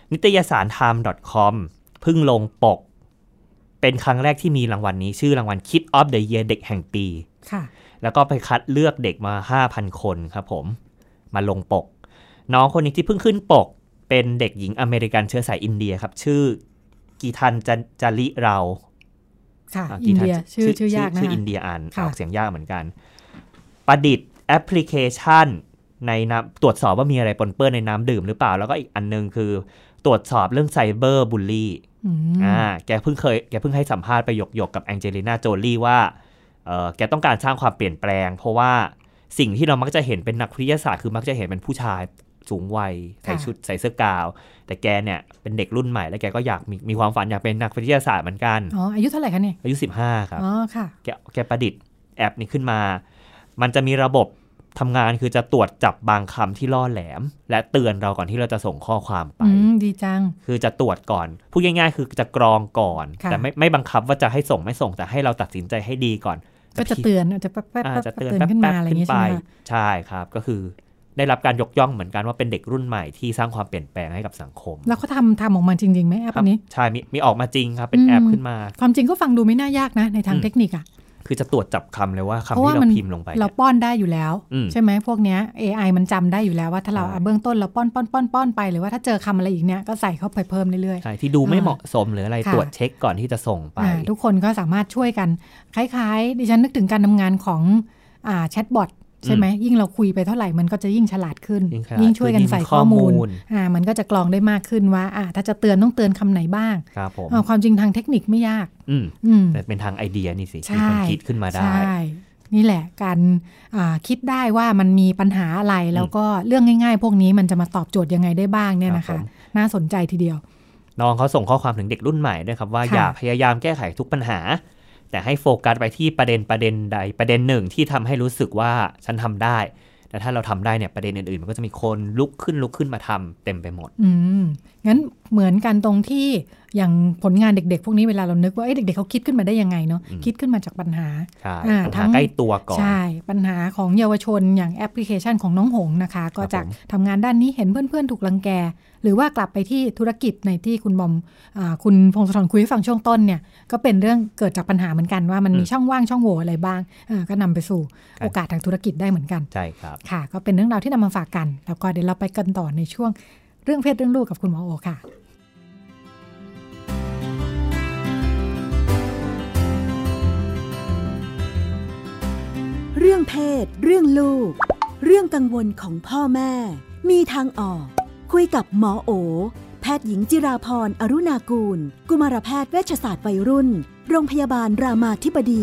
นิตยสาร time.com เพิ่งลงปกเป็นครั้งแรกที่มีรางวัลนี้ชื่อรางวัล Kid of the Year เด็กแห่งปีแล้วก็ไปคัดเลือกเด็กมา 5,000 คนครับผมมาลงปกน้องคนนี้ที่เพิ่งขึ้นปกเป็นเด็กหญิงอเมริกันเชื้อสายอินเดียครับชื่อกีทันจาริเราค่ะอินเดียชื่อยากนะชื่ออินเดียออกเสียงยากเหมือนกันประดิษฐ์แอปพลิเคชันในน้ำตรวจสอบว่ามีอะไรปนเปื้อนในน้ำดื่มหรือเปล่าแล้วก็อีกอันนึงคือตรวจสอบเรื่องไซเบอร์บูลลี่แกเพิ่งให้สัมภาษณ์ไปหยกกับแองเจลิน่าโจลี่ว่าแกต้องการสร้างความเปลี่ยนแปลงเพราะว่าสิ่งที่เรามักจะเห็นเป็นนักวิทยาศาสตร์คือมักจะเห็นเป็นผู้ชายสูงวัยใส่ชุดใส่เสื้อกาวแต่แกเนี่ยเป็นเด็กรุ่นใหม่แล้วแกก็อยากมีความฝันอยากเป็นนักวิทยาศาสตร์เหมือนกันอายุเท่าไหร่คะเนี่ยอายุ15ครับค่ะแกประดิษฐ์แอปนี้ขึ้นมามันจะมีระบบทำงานคือจะตรวจจับบางคำที่ล่อแหลมและเตือนเราก่อนที่เราจะส่งข้อความไปดีจังคือจะตรวจก่อนพูดง่ายๆคือจะกรองก่อนแต่ไม่บังคับว่าจะให้ส่งไม่ส่งแต่ให้เราตัดสินใจให้ดีก่อนก็จะเตือนจะแป๊บๆขึ้นมาอะไรอย่างนี้ใช่ไหมใช่ครับก็คือได้รับการยกย่องเหมือนกันว่าเป็นเด็กรุ่นใหม่ที่สร้างความเปลี่ยนแปลงให้กับสังคมแล้วเขาทำออกมาจริงๆไหมแอปนี้ใช่มีออกมาจริงครับเป็นแอปขึ้นมาความจริงก็ฟังดูไม่น่ายากนะในทางเทคนิคอ่ะคือจะตรวจจับคำเลยว่าคำที่เราพิมพ์ลงไปเราป้อนได้อยู่แล้วใช่ไหมพวกเนี้ย AI มันจำได้อยู่แล้วว่าถ้าเราเบื้องต้นเราป้อนไปหรือว่าถ้าเจอคำอะไรอีกเนี้ยก็ใส่เข้าไปเพิ่มเรื่อยๆใช่ที่ดูไม่เหมาะสมหรืออะไรตรวจเช็คก่อนที่จะส่งไปทุกคนก็สามารถช่วยกันคล้ายๆดิฉันนึกถึงการทำงานของแชทบอทใช่ไหมยิ่งเราคุยไปเท่าไหร่มันก็จะยิ่งฉลาดขึ้นยิ่งช่วยกันใส่ข้อมูลมันก็จะกรองได้มากขึ้นว่าถ้าจะเตือนต้องเตือนคำไหนบ้างความจริงทางเทคนิคไม่ยากแต่เป็นทางไอเดียนี่สิที่คนคิดขึ้นมาได้ใช่นี่แหละการคิดได้ว่ามันมีปัญหาอะไรแล้วก็เรื่องง่ายๆพวกนี้มันจะมาตอบโจทย์ยังไงได้บ้างเนี่ยนะคะน่าสนใจทีเดียวน้องเขาส่งข้อความถึงเด็กรุ่นใหม่ด้วยครับว่าอย่าพยายามแก้ไขทุกปัญหาแต่ให้โฟกัสไปที่ประเด็นใดประเด็นหนึ่งที่ทำให้รู้สึกว่าฉันทำได้แต่ถ้าเราทำได้เนี่ยประเด็นอื่นๆมันก็จะมีคนลุกขึ้นมาทำเต็มไปหมดงั้นเหมือนกันตรงที่อย่างผลงานเด็กๆพวกนี้เวลาเรานึกว่าเด็กๆเขาคิดขึ้นมาได้ยังไงเนาะคิดขึ้นมาจากปัญหาปัญหาใกล้ตัวก่อนใช่ปัญหาของเยาวชนอย่างแอปพลิเคชันของน้องหงนะคะก็จากทำงานด้านนี้เห็นเพื่อนๆถูกรังแกหรือว่ากลับไปที่ธุรกิจในที่คุณบอมคุณพงศธรคุยให้ฟังช่วงต้นเนี่ยก็เป็นเรื่องเกิดจากปัญหาเหมือนกันว่ามันมีช่องว่างช่องโหว่อะไรบ้างก็นำไปสู่โอกาสทางธุรกิจได้เหมือนกันใช่ครับค่ะก็เป็นเรื่องราวที่นำมาฝากกันแล้วก็เดี๋ยวเราไปกันต่อในช่วงเรื่องเพศเรื่องลูกกับคุณหมอโอค่ะเรื่องเพศเรื่องลูกเรื่องกังวลของพ่อแม่มีทางออกคุยกับหมอโอแพทย์หญิงจิราพรอรุณากูลกุมารแพทย์เวชศาสตร์วัยรุ่นโรงพยาบาลรามาธิบดี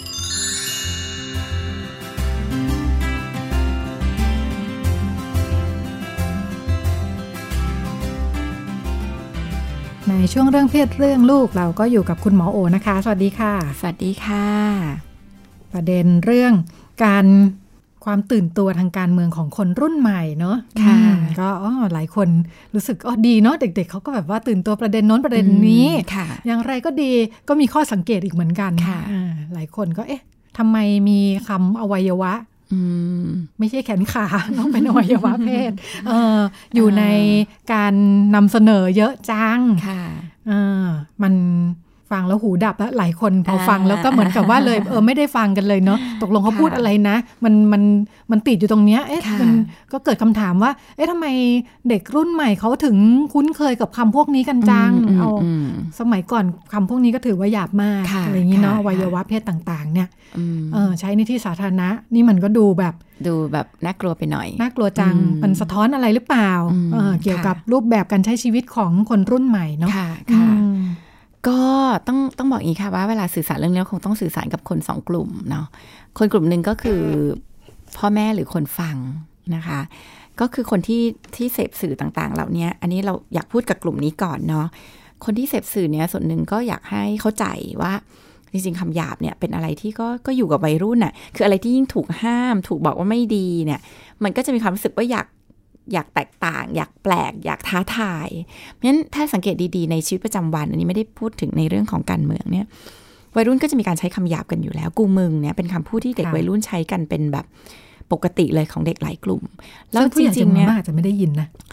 ในช่วงเรื่องเพศเรื่องลูกเราก็อยู่กับคุณหมอโอนะคะสวัสดีค่ะสวัสดีค่ะประเด็นเรื่องการความตื่นตัวทางการเมืองของคนรุ่นใหม่เนาะก็หลายคนรู้สึกดีเนาะเด็กๆเขาก็แบบว่าตื่นตัวประเด็นโน้นประเด็นนี้อย่างไรก็ดีก็มีข้อสังเกตอีกเหมือนกันหลายคนก็ทำไมมีคำอวัยวะไม่ใช่แขนขาต้องเป็นอวัยวะเพศอยู่ในการนำเสนอเยอะจังมันฟังแล้วหูดับแล้วหลายคนพอฟังแล้วก็เหมือนกับว่าเลยไม่ได้ฟังกันเลยเนาะตกลงเขาพูดอะไรนะมันติดอยู่ตรงเนี้ยมันก็เกิดคำถามว่าทำไมเด็กรุ่นใหม่เขาถึงคุ้นเคยกับคำพวกนี้กันจังเอาสมัยก่อนคำพวกนี้ก็ถือว่าหยาบมากอะไรอย่างนี้เนาะอวัยวะเพศต่างๆเนี่ยใช้ในที่สาธารณะนี่มันก็ดูแบบน่ากลัวไปหน่อยน่ากลัวจังมันสะท้อนอะไรหรือเปล่าเกี่ยวกับรูปแบบการใช้ชีวิตของคนรุ่นใหม่เนาะก็ต้องบอกอย่างนี้ค่ะว่าเวลาสื่อสารเรื่องนี้คงต้องสื่อสารกับคน2กลุ่มเนาะคนกลุ่มหนึ่งก็คือพ่อแม่หรือคนฟังนะคะก็คือคนที่เสพสื่อต่างๆเหล่านี้อันนี้เราอยากพูดกับกลุ่มนี้ก่อนเนาะคนที่เสพสื่อเนี่ยส่วนหนึ่งก็อยากให้เข้าใจว่าจริงๆคำหยาบเนี่ยเป็นอะไรที่ก็อยู่กับวัยรุ่นน่ะคืออะไรที่ยิ่งถูกห้ามถูกบอกว่าไม่ดีเนี่ยมันก็จะมีความรู้สึกว่าอยากแตกต่างอยากแปลกอยากท้าทายเพราะฉะนั้นถ้าสังเกตดีๆในชีวิตประจำวันอันนี้ไม่ได้พูดถึงในเรื่องของการเมืองเนี่ยวัยรุ่นก็จะมีการใช้คำหยาบกันอยู่แล้วกูมึงเนี่ยเป็นคำพูดที่เด็กวัยรุ่นใช้กันเป็นแบบปกติเลยของเด็กหลายกลุ่มแล้วจริงๆเนี่ยอาจจะไม่ได้ยินนะ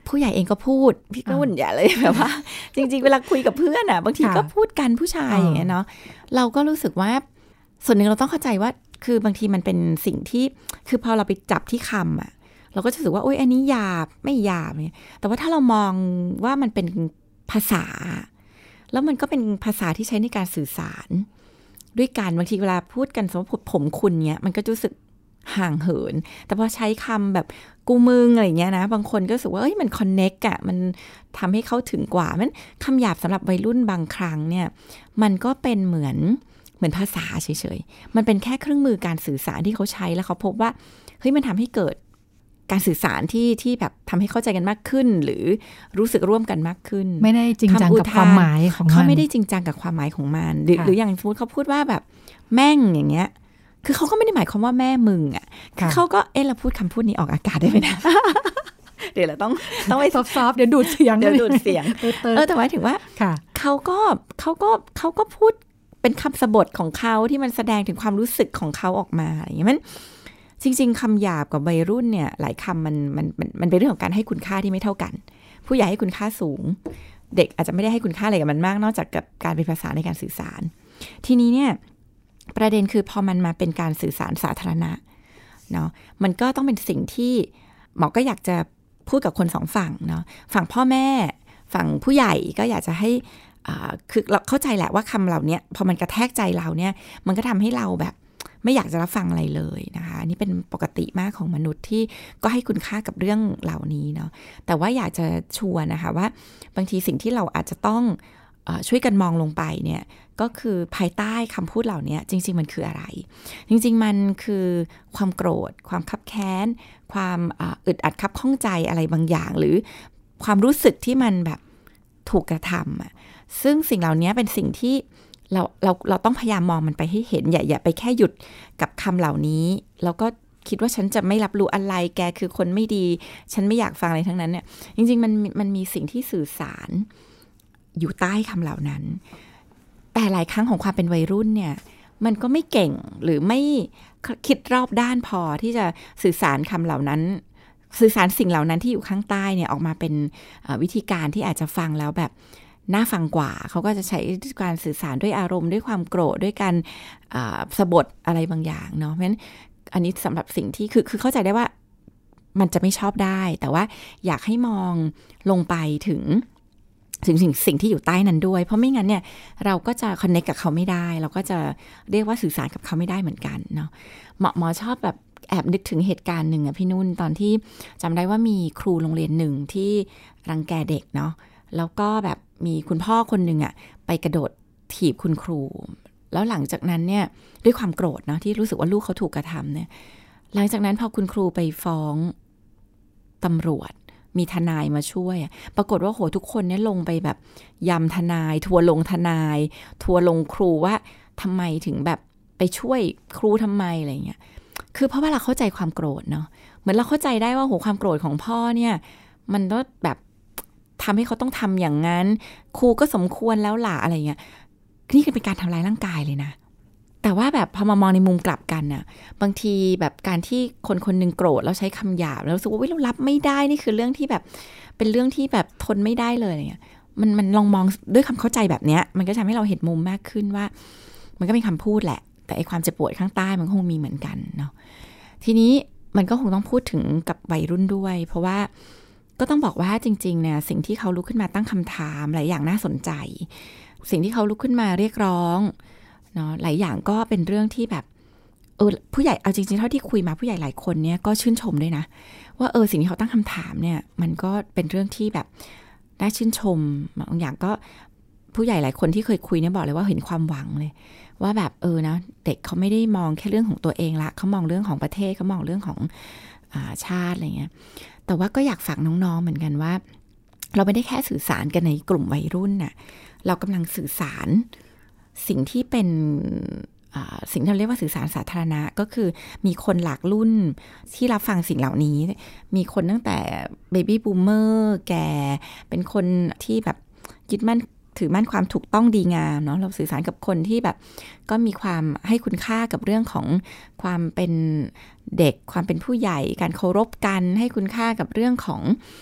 ผู้ใหญ่เองก็พูดพี่ก็วุ่นอย่าเลยแบบว่าจริงๆเวลาคุยกับเพื่อนอ่ะบางทีก็พูดกันผู้ชายอย่างเงี้ยเนาะเราก็รู้สึกว่าส่วนหนึ่งเราต้องเข้าใจว่าคือบางทีมันเป็นสิ่งที่คือพอเราไปจับที่คำอ่ะเราก็จะรู้สึกว่าโอ๊ยอันนี้หยาบไม่หยาบเนี่ยแต่ว่าถ้าเรามองว่ามันเป็นภาษาแล้วมันก็เป็นภาษาที่ใช้ในการสื่อสารด้วยกันบางทีเวลาพูดกันสมมติผมคุณเนี่ยมันก็รู้สึกห่างเหินแต่พอใช้คำแบบกูมึงอะไรเงี้ยนะบางคนก็รู้สึกว่าเอ้ยมันคอนเน็กอะมันทำให้เข้าถึงกว่ามันคำหยาบสำหรับวัยรุ่นบางครั้งเนี่ยมันก็เป็นเหมือนภาษาเฉยๆมันเป็นแค่เครื่องมือการสื่อสารที่เขาใช้แล้วเขาพบว่าเฮ้ยมันทำให้เกิดการสื่อสารที่แบบทำให้เข้าใจกันมากขึ้นหรือรู้สึกร่วมกันมากขึ้นไม่ได้จริงจังกับความหมายของมันเขาไม่ได้จริงจังกับความหมายของมันหรืออย่างสมมติเขาพูดว่าแบบแม่งอย่างเงี้ยคือเขาก็ไม่ได้หมายความว่าแม่มึงอ่ะคือเขาก็เราพูดคำพูดนี้ออกอากาศได้ไหมนะ เดี๋ยวเราต้องไปซอฟๆเดี๋ยวดูดเสียงแต่หมายถึงว่าเขาก็พูดเป็นคำสบทของเขาที่มันแสดงถึงความรู้สึกของเขาออกมาอย่างเงี้ยมันจริงๆคำหยาบกับวัยรุ่นเนี่ยหลายคำมันเป็นเรื่องของการให้คุณค่าที่ไม่เท่ากันผู้ใหญ่ให้คุณค่าสูงเด็กอาจจะไม่ได้ให้คุณค่าอะไรกับมันมากนอกจากกับการเป็นภาษาในการสื่อสารทีนี้เนี่ยประเด็นคือพอมันมาเป็นการสื่อสารสาธารณะเนาะมันก็ต้องเป็นสิ่งที่หมอก็อยากจะพูดกับคนสองฝั่งเนาะฝั่งพ่อแม่ฝั่งผู้ใหญ่ก็อยากจะให้คือเราเข้าใจแหละว่าคำเหล่านี้พอมันกระแทกใจเราเนี่ยมันก็ทำให้เราแบบไม่อยากจะรับฟังอะไรเลยนะคะอันนี้เป็นปกติมากของมนุษย์ที่ก็ให้คุณค่ากับเรื่องเหล่านี้เนาะแต่ว่าอยากจะชวนนะคะว่าบางทีสิ่งที่เราอาจจะต้องช่วยกันมองลงไปเนี่ยก็คือภายใต้คำพูดเหล่านี้จริงๆมันคืออะไรจริงๆมันคือความโกรธความคับแค้นความอึดอัดคับข้องใจอะไรบางอย่างหรือความรู้สึกที่มันแบบถูกกระทำซึ่งสิ่งเหล่านี้เป็นสิ่งที่เราต้องพยายามมองมันไปให้เห็นอย่าไปแค่หยุดกับคำเหล่านี้แล้วก็คิดว่าฉันจะไม่รับรู้อะไรแกคือคนไม่ดีฉันไม่อยากฟังอะไรทั้งนั้นเนี่ยจริงๆมันมีสิ่งที่สื่อสารอยู่ใต้คำเหล่านั้นแต่หลายครั้งของความเป็นวัยรุ่นเนี่ยมันก็ไม่เก่งหรือไม่คิดรอบด้านพอที่จะสื่อสารคำเหล่านั้นสื่อสารสิ่งเหล่านั้นที่อยู่ข้างใต้เนี่ยออกมาเป็นวิธีการที่อาจจะฟังแล้วแบบน่าฟังกว่าเขาก็จะใช้การสื่อสารด้วยอารมณ์ด้วยความโกรธด้วยการสะบทอะไรบางอย่างเนาะเพราะฉะนั้นอันนี้สำหรับสิ่งที่คือเข้าใจได้ว่ามันจะไม่ชอบได้แต่ว่าอยากให้มองลงไปถึงสิ่งที่อยู่ใต้นั้นด้วยเพราะไม่งั้นเนี่ยเราก็จะคอนเนคกับเขาไม่ได้เราก็จะเรียกว่าสื่อสารกับเขาไม่ได้เหมือนกันเนาะหมอชอบแบบแอบนึกถึงเหตุการณ์หนึ่งอะพี่นุ่นตอนที่จำได้ว่ามีครูโรงเรียนหนึ่งที่รังแกเด็กเนาะแล้วก็แบบมีคุณพ่อคนหนึ่งอะไปกระโดดถีบคุณครูแล้วหลังจากนั้นเนี่ยด้วยความโกรธเนาะที่รู้สึกว่าลูกเขาถูกกระทำเนี่ยหลังจากนั้นพอคุณครูไปฟ้องตำรวจมีทนายมาช่วยปรากฏว่าโหทุกคนเนี่ยลงไปแบบยำทนายทัวลงทนายทัวลงครูว่าทำไมถึงแบบไปช่วยครูทำไมอะไรเงี้ยคือเพราะว่าเราเข้าใจความโกรธเนาะเหมือนเราเข้าใจได้ว่าโหความโกรธของพ่อเนี่ยมันก็แบบทำให้เขาต้องทำอย่างนั้นครูก็สมควรแล้วล่ะอะไรเงี้ยนี่คือเป็นการทำร้ายร่างกายเลยนะแต่ว่าแบบพอมามองในมุมกลับกันน่ะบางทีแบบการที่คนนึงโกรธแล้วใช้คำหยาบแล้วรู้สึกว่าเรารับไม่ได้นี่คือเรื่องที่แบบเป็นเรื่องที่แบบทนไม่ได้เลยอะไรเงี้ยมันลองมองด้วยความเข้าใจแบบเนี้ยมันก็ทำให้เราเห็นมุมมากขึ้นว่ามันก็เป็นคำพูดแหละแต่ไอความเจ็บปวดข้างใต้มันคงมีเหมือนกันเนาะทีนี้มันก็คงต้องพูดถึงกับวัยรุ่นด้วยเพราะว่าก็ต้องบอกว่าจริงๆเนี่ยสิ่งที่เขาลุกขึ้นมาตั้งคำถามหลายอย่างน่าสนใจสิ่งที่เขาลุกขึ้นมาเรียกร้องเนาะหลายอย่างก็เป็นเรื่องที่แบบผู้ใหญ่เอาจริงๆเท่าที่คุยมาผู้ใหญ่หลายคนเนี่ยก็ชื่นชมด้วยนะว่าสิ่งที่เขาตั้งคำถามเนี่ยมันก็เป็นเรื่องที่แบบน่าชื่นชมบางอย่างก็ผู้ใหญ่หลายคนที่เคยคุยเนี่ยบอกเลยว่าเห็นความหวังเลยว่าแบบนะเด็กเขาไม่ได้มองแค่เรื่องของตัวเองละเขามองเรื่องของประเทศเขามองเรื่องของชาติอะไรเงี้ยแต่ว่าก็อยากฝากน้องๆเหมือนกันว่าเราไม่ได้แค่สื่อสารกันในกลุ่มวัยรุ่นน่ะเรากำลังสื่อสารสิ่งที่เป็นสิ่งที่เราเรียกว่าสื่อสารสาธารณะก็คือมีคนหลากรุ่นที่รับฟังสิ่งเหล่านี้มีคนตั้งแต่เบบี้บูมเมอร์แก่เป็นคนที่แบบยึดมั่นถือมั่นความถูกต้องดีงามเนาะเราสื่อสารกับคนที่แบบก็มีความให้คุณค่ากับเรื่องของความเป็นเด็กความเป็นผู้ใหญ่การเคารพกันให้คุณค่ากับเรื่องของ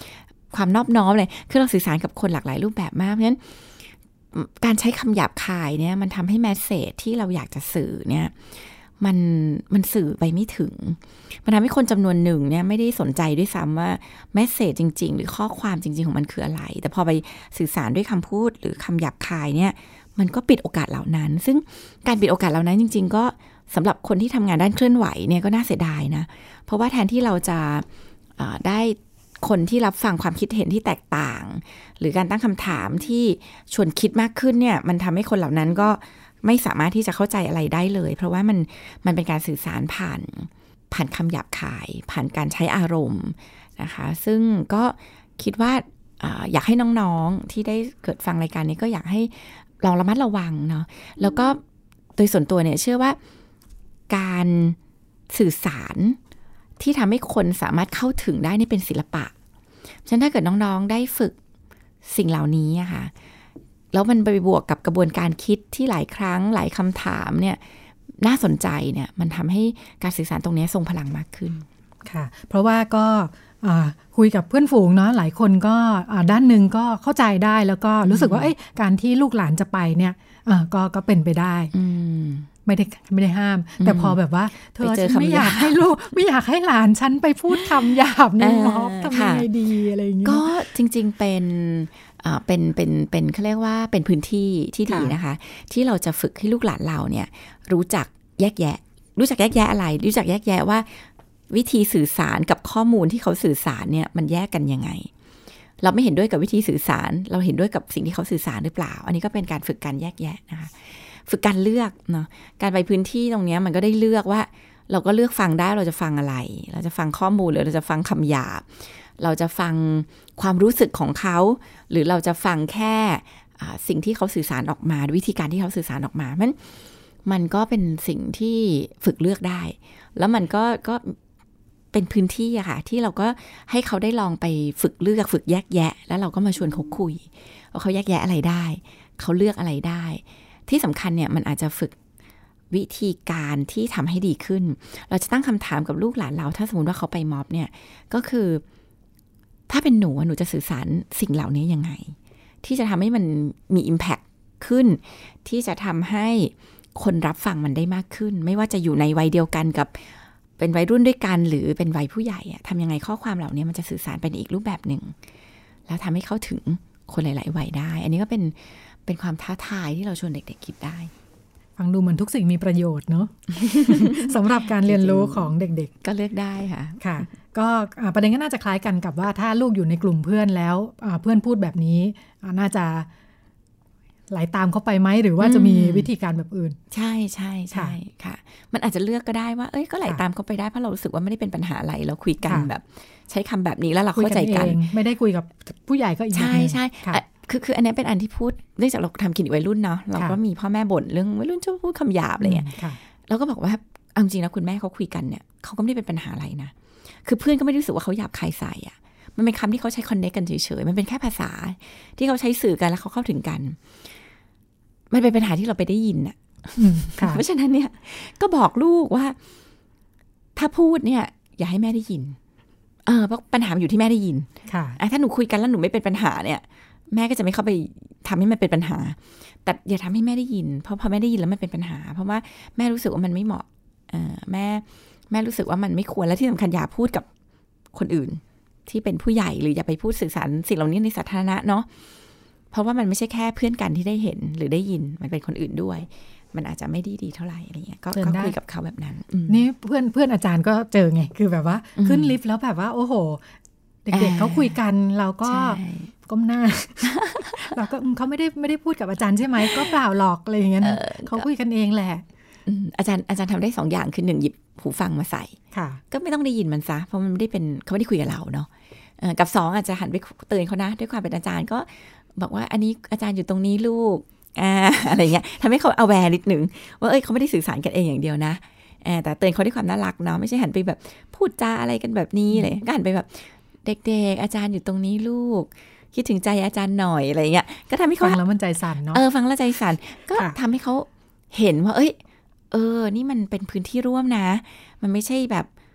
ความนอบน้อมเลยคือเราสื่อสารกับคนหลากหลายรูปแบบมากเพราะฉะนั้นการใช้คำหยาบคายเนี่ยมันทำให้แมสเสจที่เราอยากจะสื่อเนี่ยมันสื่อไปไม่ถึงมันทำให้คนจำนวนหนึ่งเนี่ยไม่ได้สนใจด้วยซ้ำว่าแมสเสจจริงๆหรือข้อความจริงๆของมันคืออะไรแต่พอไปสื่อสารด้วยคำพูดหรือคำหยาบคายเนี่ยมันก็ปิดโอกาสเหล่านั้นซึ่งการปิดโอกาสเหล่านั้นจริงๆก็สำหรับคนที่ทำงานด้านเคลื่อนไหวเนี่ยก็น่าเสียดายนะเพราะว่าแทนที่เราจะได้คนที่รับฟังความคิดเห็นที่แตกต่างหรือการตั้งคำถามที่ชวนคิดมากขึ้นเนี่ยมันทำให้คนเหล่านั้นก็ไม่สามารถที่จะเข้าใจอะไรได้เลยเพราะว่ามันเป็นการสื่อสารผ่านคำหยาบคายผ่านการใช้อารมณ์นะคะซึ่งก็คิดว่าอยากให้น้องๆที่ได้เกิดฟังรายการนี้ก็อยากให้ลองระมัดระวังเนาะแล้วก็โดยส่วนตัวเนี่ยเชื่อว่าการสื่อสารที่ทำให้คนสามารถเข้าถึงได้นี่เป็นศิลปะฉะนั้นถ้าเกิดน้องๆได้ฝึกสิ่งเหล่านี้อะค่ะแล้วมันไปบวกกับกระบวนการคิดที่หลายครั้งหลายคำถามเนี่ยน่าสนใจเนี่ยมันทำให้การสื่อสารตรงนี้ทรงพลังมากขึ้นค่ะเพราะว่าก็คุยกับเพื่อนฝูงเนาะหลายคนก็ด้านหนึ่งก็เข้าใจได้แล้วก็รู้สึกว่าการที่ลูกหลานจะไปเนี่ยก็เป็นไปได้ไม่ได้ห้ามแต่พอแบบว่าเธอฉันไม่อยากให้ลูกไม่อยากให้หลานฉันไปพูดคำหยาบในม็อบทำยังไงดีอะไรอย่างเงี้ยก็จริงๆเป็นเขาเรียกว่าเป็นพื้นที่ที่ดีนะคะที่เราจะฝึกให้ลูกหลานเราเนี่ยรู้จักแยกแยะอะไรรู้จักแยกแยะว่าวิธีสื่อสารกับข้อมูลที่เขาสื่อสารเนี่ยมันแยกกันยังไงเราไม่เห็นด้วยกับวิธีสื่อสารเราเห็นด้วยกับสิ่งที่เขาสื่อสารหรือเปล่าอันนี้ก็เป็นการฝึกการแยกแยะนะคะฝึกการเลือกเนาะการไปพื้นที่ตรงนี้มันก็ได้เลือกว่าเราก็เลือกฟังได้เราจะฟังอะไรเราจะฟังข้อมูลหรือเราจะฟังคำหยาบเราจะฟังความรู้สึกของเขาหรือเราจะฟังแค่สิ่งที่เขาสื่อสารออกมาวิธีการที่เขาสื่อสารออกมามันก็เป็นสิ่งที่ฝึกเลือกได้แล้วมันก็เป็นพื้นที่อะค่ะที่เราก็ให้เขาได้ลองไปฝึกเลือกฝึกแยกแยะแล้วเราก็มาชวนเขาคุยว่าเขาแยกแยะอะไรได้เขาเลือกอะไรได้ที่สำคัญเนี่ยมันอาจจะฝึกวิธีการที่ทำให้ดีขึ้นเราจะตั้งคำถามกับลูกหลานเราถ้าสมมติว่าเขาไปม็อบเนี่ยก็คือถ้าเป็นหนูจะสื่อสารสิ่งเหล่านี้ยังไงที่จะทำให้มันมี impact ขึ้นที่จะทำให้คนรับฟังมันได้มากขึ้นไม่ว่าจะอยู่ในวัยเดียวกันกับเป็นวัยรุ่นด้วยกันหรือเป็นวัยผู้ใหญ่ทำยังไงข้อความเหล่านี้มันจะสื่อสารเป็นอีกรูปแบบหนึ่งแล้วทำให้เข้าถึงคนหลายๆวัยได้อันนี้ก็เป็นความท้าทายที่เราชวนเด็กๆคิดได้ฟังดูเหมือนทุกสิ่งมีประโยชน์เนาะ สำหรับการเรียนรู้ของเด็กๆก็เลือกได้ค่ะค่ะก็ประเด็นก็น่าจะคล้ายกันกับว่าถ้าลูกอยู่ในกลุ่มเพื่อนแล้วเพื่อนพูดแบบนี้น่าจะไหลตามเข้าไปไหมหรือว่าจะมีวิธีการแบบอื่นใช่ใช่ใช่ค่ะมันอาจจะเลือกก็ได้ว่าก็ไหลตามเข้าไปได้เพราะเรารู้สึกว่าไม่ได้เป็นปัญหาอะไรเราคุยกันแบบใช้คำแบบนี้แล้วเราเข้าใจกันไม่ได้คุยกับผู้ใหญ่ก็อีกใช่ใช่คืออันนี้เป็นอันที่พูดเนื่องจากเราทำกิจวัยรุ่นเนาะเราก็มีพ่อแม่บ่นเรื่องวัยรุ่นชอบพูดคำหยาบอะไรเงี้ยเราก็บอกว่าเอาจริงนะคุณแม่เขาคุยกันเนี่ยเขาก็ไม่ได้เป็นปัญหาอะไรนะคือเพื่อนก็ไม่รู้สึกว่าเขาหยาบคายใส่อ่ะมันเป็นคำที่เขาใช้คอนเนคกันเฉยๆมันเป็นแค่ภาษาที่เขาใช้สื่อกันแล้วเขาเข้าถึงกันมันเป็นปัญหาที่เราไปได้ยินอ่ะเพราะฉะนั้นเนี่ยก็บอกลูกว่าถ้าพูดเนี่ยอย่าให้แม่ได้ยินเพราะปัญหาอยู่ที่แม่ได้ยินถ้าหนูคุยกันแล้วหนูไม่เป็นปัญหาเนี่ยแม่ก็จะไม่เข้าไปทำให้มันเป็นปัญหาแต่อย่าทำให้แม่ได้ยินเพราะพอแม่ได้ยินแล้วมันเป็นปัญหาเพราะว่าแม่รู้สึกว่ามันไม่เหมาะแม่รู้สึกว่ามันไม่ควรและที่สำคัญอย่าพูดกับคนอื่นที่เป็นผู้ใหญ่หรืออย่าไปพูดสื่อสารสิ่งเหล่านี้ในสาธารณะเนาะเพราะว่ามันไม่ใช่แค่เพื่อนกันที่ได้เห็นหรือได้ยินมันเป็นคนอื่นด้วยมันอาจจะไม่ดีเท่าไหร่อะไรเงี้ยก็คุยกับเขาแบบนั้นนี่เพื่อนอาจารย์ก็เจอไงคือแบบว่าขึ้นลิฟต์แล้วแบบว่าโอ้โหเด็กๆเขาคุยกันเราก็ก้มหน้าเราก็เขาไม่ได้พูดกับอาจารย์ใช่ไหมก็เปล่าหรอกอะไรอย่างเงี้ยเขาคุยกันเองแหละอาจารย์ทำได้2 อย่างคือ1หยิบหูฟังมาใส่ก็ไม่ต้องได้ยินมันซะเพราะมันไม่ได้เป็นเขาไม่ได้คุยกับเราเนาะกับ2อาจจะหันไปเตือนเขานะด้วยความเป็นอาจารย์ก็บอกว่าอันนี้อาจารย์อยู่ตรงนี้ลูกอะไรเงี้ยทำให้เขาawareนิดนึงว่าเขาไม่ได้สื่อสารกันเองอย่างเดียวนะแต่เตือนเขาด้วยความน่ารักเนาะไม่ใช่หันไปแบบพูดจาอะไรกันแบบนี้เลยก็หันไปแบบเด็กๆอาจารย์อยู่ตรงนี้ลูกคิดถึงใจอาจารย์หน่อยอะไรเงี้ยก็ทำให้เขาฟังแล้วมันใจสั่นเนาะฟังแล้วใจสั่นก็ทำให้เขาเห็นว่านี่มันเป็นพื้นที่ร่วมนะมันไม่ใช่แบบ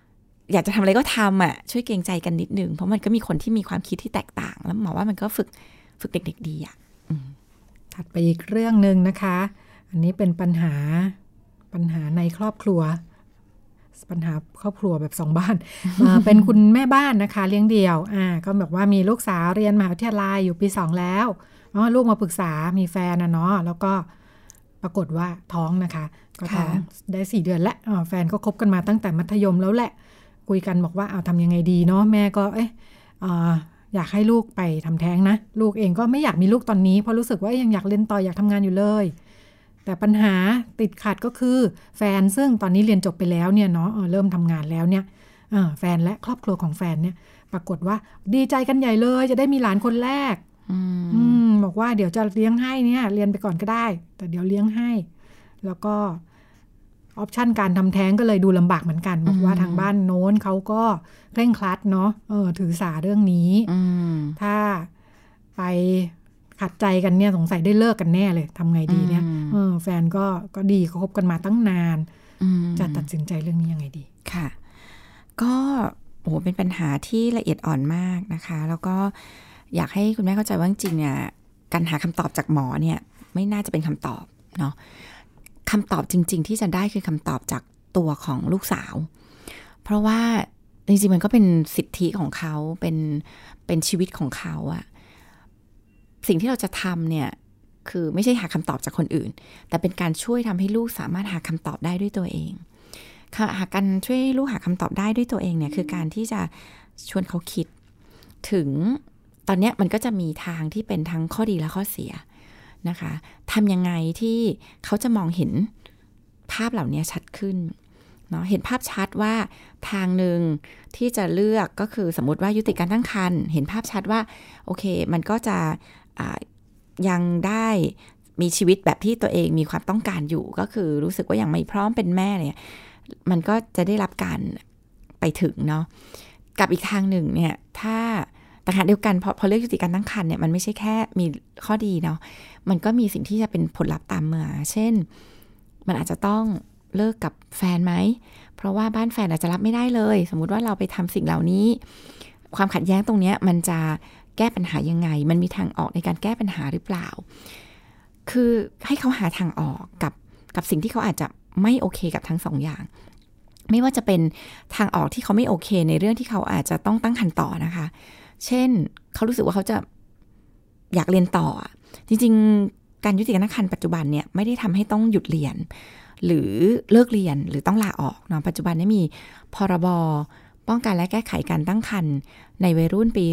อยากจะทำอะไรก็ทำอ่ะช่วยเกรงใจกันนิดนึงเพราะมันก็มีคนที่มีความคิดที่แตกต่างแล้วหมอว่ามันก็ฝึกเด็กๆดีอ่ะถัดไปอีกเรื่องนึงนะคะอันนี้เป็นปัญหาในครอบครัวปัญหาครอบครัวแบบ2 บ้าน เป็นคุณแม่บ้านนะคะเลี้ยงเดี่ยวก็แบบว่ามีลูกสาวเรียนมหาวิทยาลัยอยู่ปี 2แล้วลูกมาปรึกษามีแฟนเนาะแล้วก็ปรากฏว่าท้องนะคะก็ท้องได้4 เดือนแล้วแฟนก็คบกันมาตั้งแต่มัธยมแล้วแหละคุยกันบอกว่าเอาทำยังไงดีเนาะแม่ก็อยากให้ลูกไปทำแท้งนะลูกเองก็ไม่อยากมีลูกตอนนี้เพราะรู้สึกว่ายังอยากเรียนต่ออยากทำงานอยู่เลยแต่ปัญหาติดขัดก็คือแฟนซึ่งตอนนี้เรียนจบไปแล้วเนี่ยเนาะเริ่มทำงานแล้วเนี่ยแฟนและครอบครัวของแฟนเนี่ยปรากฏว่าดีใจกันใหญ่เลยจะได้มีหลานคนแรกบอกว่าเดี๋ยวจะเลี้ยงให้เนี่ยเรียนไปก่อนก็ได้แต่เดี๋ยวเลี้ยงให้แล้วก็ออปชันการทำแท้งก็เลยดูลำบากเหมือนกันบอกว่าทางบ้านโน้นเขาก็เคร่งครัดเนาะถือสาเรื่องนี้ถ้าไปขัดใจกันเนี่ยสงสัยได้เลิกกันแน่เลยทำไงดีเนี่ยแฟนก็ดีเขาคบกันมาตั้งนานจะตัดสินใจเรื่องนี้ยังไงดีค่ะก็โอ้เป็นปัญหาที่ละเอียดอ่อนมากนะคะแล้วก็อยากให้คุณแม่เข้าใจว่าจริงๆเนี่ยการหาคำตอบจากหมอเนี่ยไม่น่าจะเป็นคำตอบเนาะคำตอบจริงๆที่จะได้คือคำตอบจากตัวของลูกสาวเพราะว่าจริงๆมันก็เป็นสิทธิของเขาเป็นชีวิตของเขาอะสิ่งที่เราจะทำเนี่ยคือไม่ใช่หาคำตอบจากคนอื่นแต่เป็นการช่วยทำให้ลูกสามารถหาคำตอบได้ด้วยตัวเองหาการช่วยลูกหาคำตอบได้ด้วยตัวเองเนี่ยคือการที่จะชวนเขาคิดถึงตอนนี้มันก็จะมีทางที่เป็นทั้งข้อดีและข้อเสียนะคะทำยังไงที่เขาจะมองเห็นภาพเหล่านี้ชัดขึ้นเนาะเห็นภาพชัดว่าทางหนึ่งที่จะเลือกก็คือสมมติว่ายุติการตั้งครรภ์เห็นภาพชัดว่าโอเคมันก็จะยังได้มีชีวิตแบบที่ตัวเองมีความต้องการอยู่ก็คือรู้สึกว่ายังไม่พร้อมเป็นแม่เนี่ยมันก็จะได้รับการไปถึงเนาะกับอีกทางหนึ่งเนี่ยถ้าแต่ขณะเดียวกันพอเลือกยุติการตั้งครรภ์เนี่ยมันไม่ใช่แค่มีข้อดีเนาะมันก็มีสิ่งที่จะเป็นผลลัพธ์ตามมาเช่นมันอาจจะต้องเลิกกับแฟนไหมเพราะว่าบ้านแฟนอาจจะรับไม่ได้เลยสมมุติว่าเราไปทำสิ่งเหล่านี้ความขัดแย้งตรงนี้มันจะแก้ปัญหายังไงมันมีทางออกในการแก้ปัญหาหรือเปล่าคือให้เขาหาทางออกกับสิ่งที่เขาอาจจะไม่โอเคกับทั้ง2 อย่างไม่ว่าจะเป็นทางออกที่เขาไม่โอเคในเรื่องที่เขาอาจจะต้องตั้งครรภ์ต่อนะคะเช่นเขารู้สึกว่าเขาจะอยากเรียนต่อจริงๆการยุติการตั้งครรภ์ปัจจุบันเนี่ยไม่ได้ทำให้ต้องหยุดเรียนหรือเลิกเรียนหรือต้องลาออกเนาะปัจจุบันนี้มีพรบป้องกันและแก้ไขการตั้งครรภ์ในวัยรุ่นปี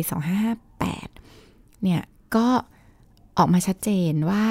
2558เนี่ยก็ออกมาชัดเจนว่า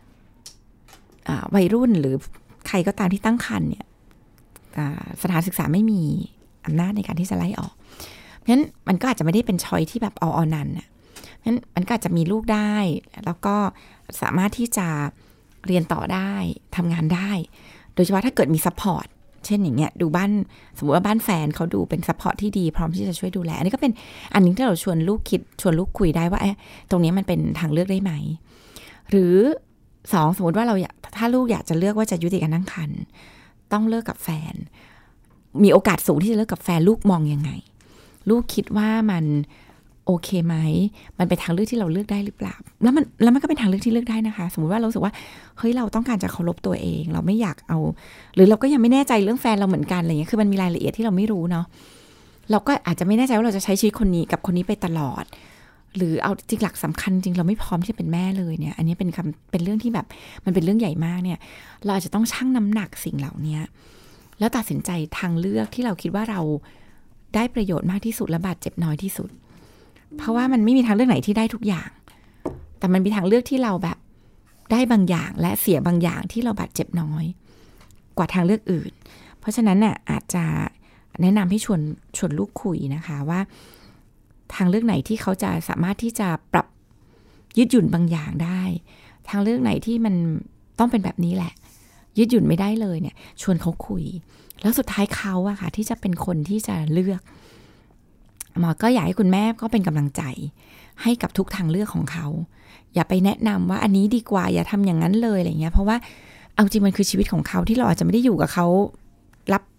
วัยรุ่นหรือใครก็ตามที่ตั้งครรภ์เนี่ยสถานศึกษาไม่มีอำนาจในการที่จะไล่ออกเพราะฉะนั้นมันก็อาจจะไม่ได้เป็นชอยที่แบบเอานันน่ะเพราะฉะนั้นมันก็อาจจะมีลูกได้แล้วก็สามารถที่จะเรียนต่อได้ทำงานได้โดยเฉพาะถ้าเกิดมีซัพพอร์ตเช่นอย่างเงี้ยดูบ้านสมมติว่าบ้านแฟนเขาดูเป็นซัพพอร์ตที่ดีพร้อมที่จะช่วยดูแลอันนี้ก็เป็นอันนึงที่เราชวนลูกคิดชวนลูกคุยได้ว่าตรงนี้มันเป็นทางเลือกได้ไหมหรือ2สมมติว่าเราถ้าลูกอยากจะเลือกว่าจะยุติการตั้งครรภ์ต้องเลิกกับแฟนมีโอกาสสูงที่จะเลิกกับแฟนลูกมองยังไงลูกคิดว่ามันโอเคไหมมันเป็นทางเลือกที่เราเลือกได้หรือเปล่าแล้วมันก็เป็นทางเลือกที่เลือกได้นะคะสมมติว่าเรารู้สึกว่าเฮ้ยเราต้องการจะเคารพตัวเองเราไม่อยากเอาหรือเราก็ยังไม่แน่ใจเรื่องแฟนเราเหมือนกันอะไรเงี้ยคือมันมีรายละเอียดที่เราไม่รู้เนาะเราก็อาจจะไม่แน่ใจว่าเราจะใช้ชีวิตคนนี้กับคนนี้ไปตลอดหรือเอาจริงหลักสำคัญจริงเราไม่พร้อมที่จะเป็นแม่เลยเนี่ยอันนี้เป็นเรื่องที่แบบมันเป็นเรื่องใหญ่มากเนี่ยเราอาจจะต้องชั่งน้ำหนักสิ่งเหล่านี้แล้วตัดสินใจทางเลือกที่เราคิดว่าเราได้ประโยชน์มากที่สุดและบาดเจ็บน้อยที่สุดเพราะว่ามันไม่มีทางเลือกไหนที่ได้ทุกอย่างแต่มันมีทางเลือกที่เราแบบได้บางอย่างและเสียบางอย่างที่เราบาดเจ็บน้อยกว่าทางเลือกอื่นเพราะฉะนั้นน่ะอาจจะแนะนำให้ชวนลูกคุยนะคะว่าทางเลือกไหนที่เขาจะสามารถที่จะปรับยืดหยุ่นบางอย่างได้ทางเลือกไหนที่มันต้องเป็นแบบนี้แหละยืดหยุ่นไม่ได้เลยเนี่ยชวนเขาคุยแล้วสุดท้ายเขาอะค่ะที่จะเป็นคนที่จะเลือกหมอก็อยากให้คุณแม่ก็เป็นกำลังใจให้กับทุกทางเลือกของเขาอย่าไปแนะนำว่าอันนี้ดีกว่าอย่าทำอย่างนั้นเลยอะไรเงี้ยเพราะว่าเอาจริงมันคือชีวิตของเขาที่เราอาจจะไม่ได้อยู่กับเขารับ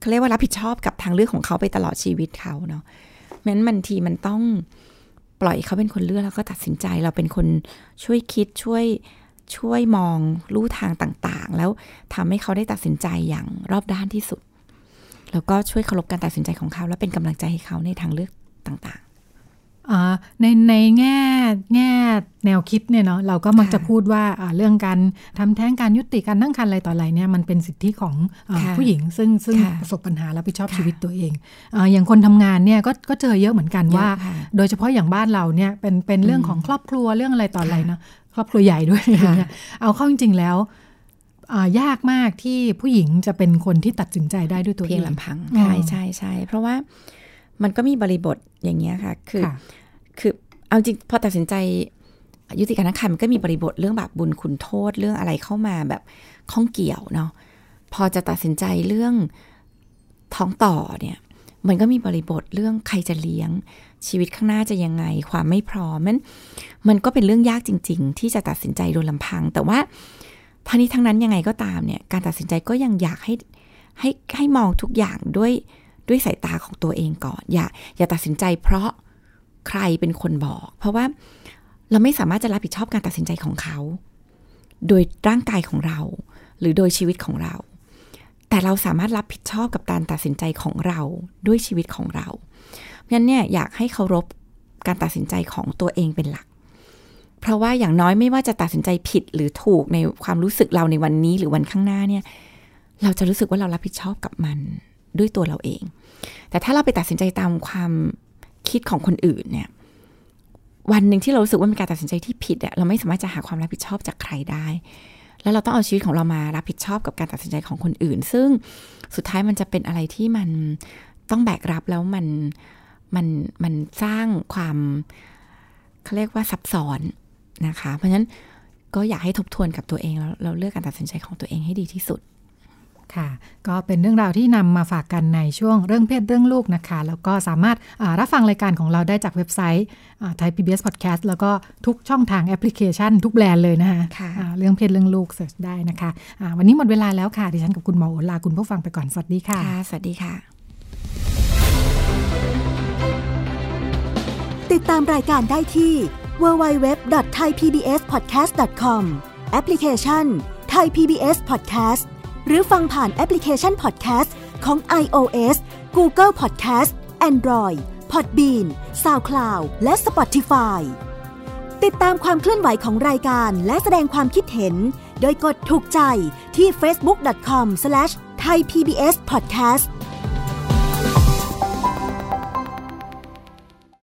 เขาเรียกว่ารับผิดชอบกับทางเลือกของเขาไปตลอดชีวิตเขาเนาะงั้นบางทีมันต้องปล่อยเขาเป็นคนเลือกแล้วก็ตัดสินใจเราเป็นคนช่วยคิดช่วยมองลู่ทางต่างๆแล้วทำให้เขาได้ตัดสินใจอย่างรอบด้านที่สุดแล้วก็ช่วยเคารพการตัดสินใจของเขาและเป็นกำลังใจให้เขาในทางเลือกต่างๆในแง่แนวคิดเนี่ยเนาะเราก็มักจะพูดว่าเรื่องการทำแท้งการยุติการตั้งครรภ์อะไรต่ออะไรเนี่ยมันเป็นสิทธิของผู้หญิงซึ่งประสบปัญหารับผิดชอบชีวิตตัวเองอย่างคนทำงานเนี่ยก็เจอเยอะเหมือนกันว่าโดยเฉพาะอย่างบ้านเราเนี่ยเป็นเรื่องของครอบครัวเรื่องอะไรต่ออะไรนะครอบครัวใหญ่ด้วยเนี่ยเอาเข้าจริงๆแล้วยากมากที่ผู้หญิงจะเป็นคนที่ตัดสินใจได้ด้วยตัวเองเพียงลำพังใช่เพราะว่ามันก็มีบริบทอย่างเงี้ยค่ะคือเอาจริงพอตัดสินใจยุติการตั้งครรภ์มันก็มีบริบทเรื่องแบบบุญคุณโทษเรื่องอะไรเข้ามาแบบข้องเกี่ยวเนาะพอจะตัดสินใจเรื่องท้องต่อเนี่ยมันก็มีบริบทเรื่องใครจะเลี้ยงชีวิตข้างหน้าจะยังไงความไม่พร้อมมันก็เป็นเรื่องยากจริงๆที่จะตัดสินใจโดยลำพังแต่ว่าทั้งนี้ทั้งนั้นยังไงก็ตามเนี่ยการตัดสินใจก็ยังอยากให้มองทุกอย่างด้วยสายตาของตัวเองก่อนอย่าตัดสินใจเพราะใครเป็นคนบอกเพราะว่าเราไม่สามารถจะรับผิดชอบการตัดสินใจของเขาโดยร่างกายของเราหรือโดยชีวิตของเราแต่เราสามารถรับผิดชอบกับการตัดสินใจของเราด้วยชีวิตของเรางั้นเนี่ยอยากให้เคารพการตัดสินใจของตัวเองเป็นหลักเพราะว่าอย่างน้อยไม่ว่าจะตัดสินใจผิดหรือถูกในความรู้สึกเราในวันนี้หรือวันข้างหน้าเนี่ยเราจะรู้สึกว่าเรารับผิดชอบกับมันด้วยตัวเราเองแต่ถ้าเราไปตัดสินใจตามความคิดของคนอื่นเนี่ยวันหนึ่งที่เรารู้สึกว่าเป็นการตัดสินใจที่ผิดเราไม่สามารถจะหาความรับผิดชอบจากใครได้แล้วเราต้องเอาชีวิตของเรามารับผิดชอบกับการตัดสินใจของคนอื่นซึ่งสุดท้ายมันจะเป็นอะไรที่มันต้องแบกรับแล้วมันสร้างความเขาเรียกว่าซับซ้อนนะคะเพราะฉะนั้นก็อยากให้ทบทวนกับตัวเองแล้วเราเลือกการตัดสินใจของตัวเองให้ดีที่สุดค่ะก็เป็นเรื่องราวที่นำมาฝากกันในช่วงเรื่องเพศเรื่องลูกนะคะแล้วก็สามารถรับฟังรายการของเราได้จากเว็บไซต์Thai PBS Podcast แล้วก็ทุกช่องทางแอปพลิเคชันทุกแบรนด์เลยนะคะเรื่องเพศเรื่องลูกเสิร์ชได้นะคะวันนี้หมดเวลาแล้วค่ะดิฉันกับคุณหมอโอลาคุณผู้ฟังไปก่อนสวัสดีค่ะสวัสดีค่ะติดตามรายการได้ที่ www.thaipbspodcast.com แอปพลิเคชัน Thai PBS Podcastหรือฟังผ่านแอปพลิเคชัน Podcast ของ iOS, Google Podcast, Android, Podbean, SoundCloud และ Spotify ติดตามความเคลื่อนไหวของรายการและแสดงความคิดเห็นโดยกดถูกใจที่ facebook.com/thaipbspodcast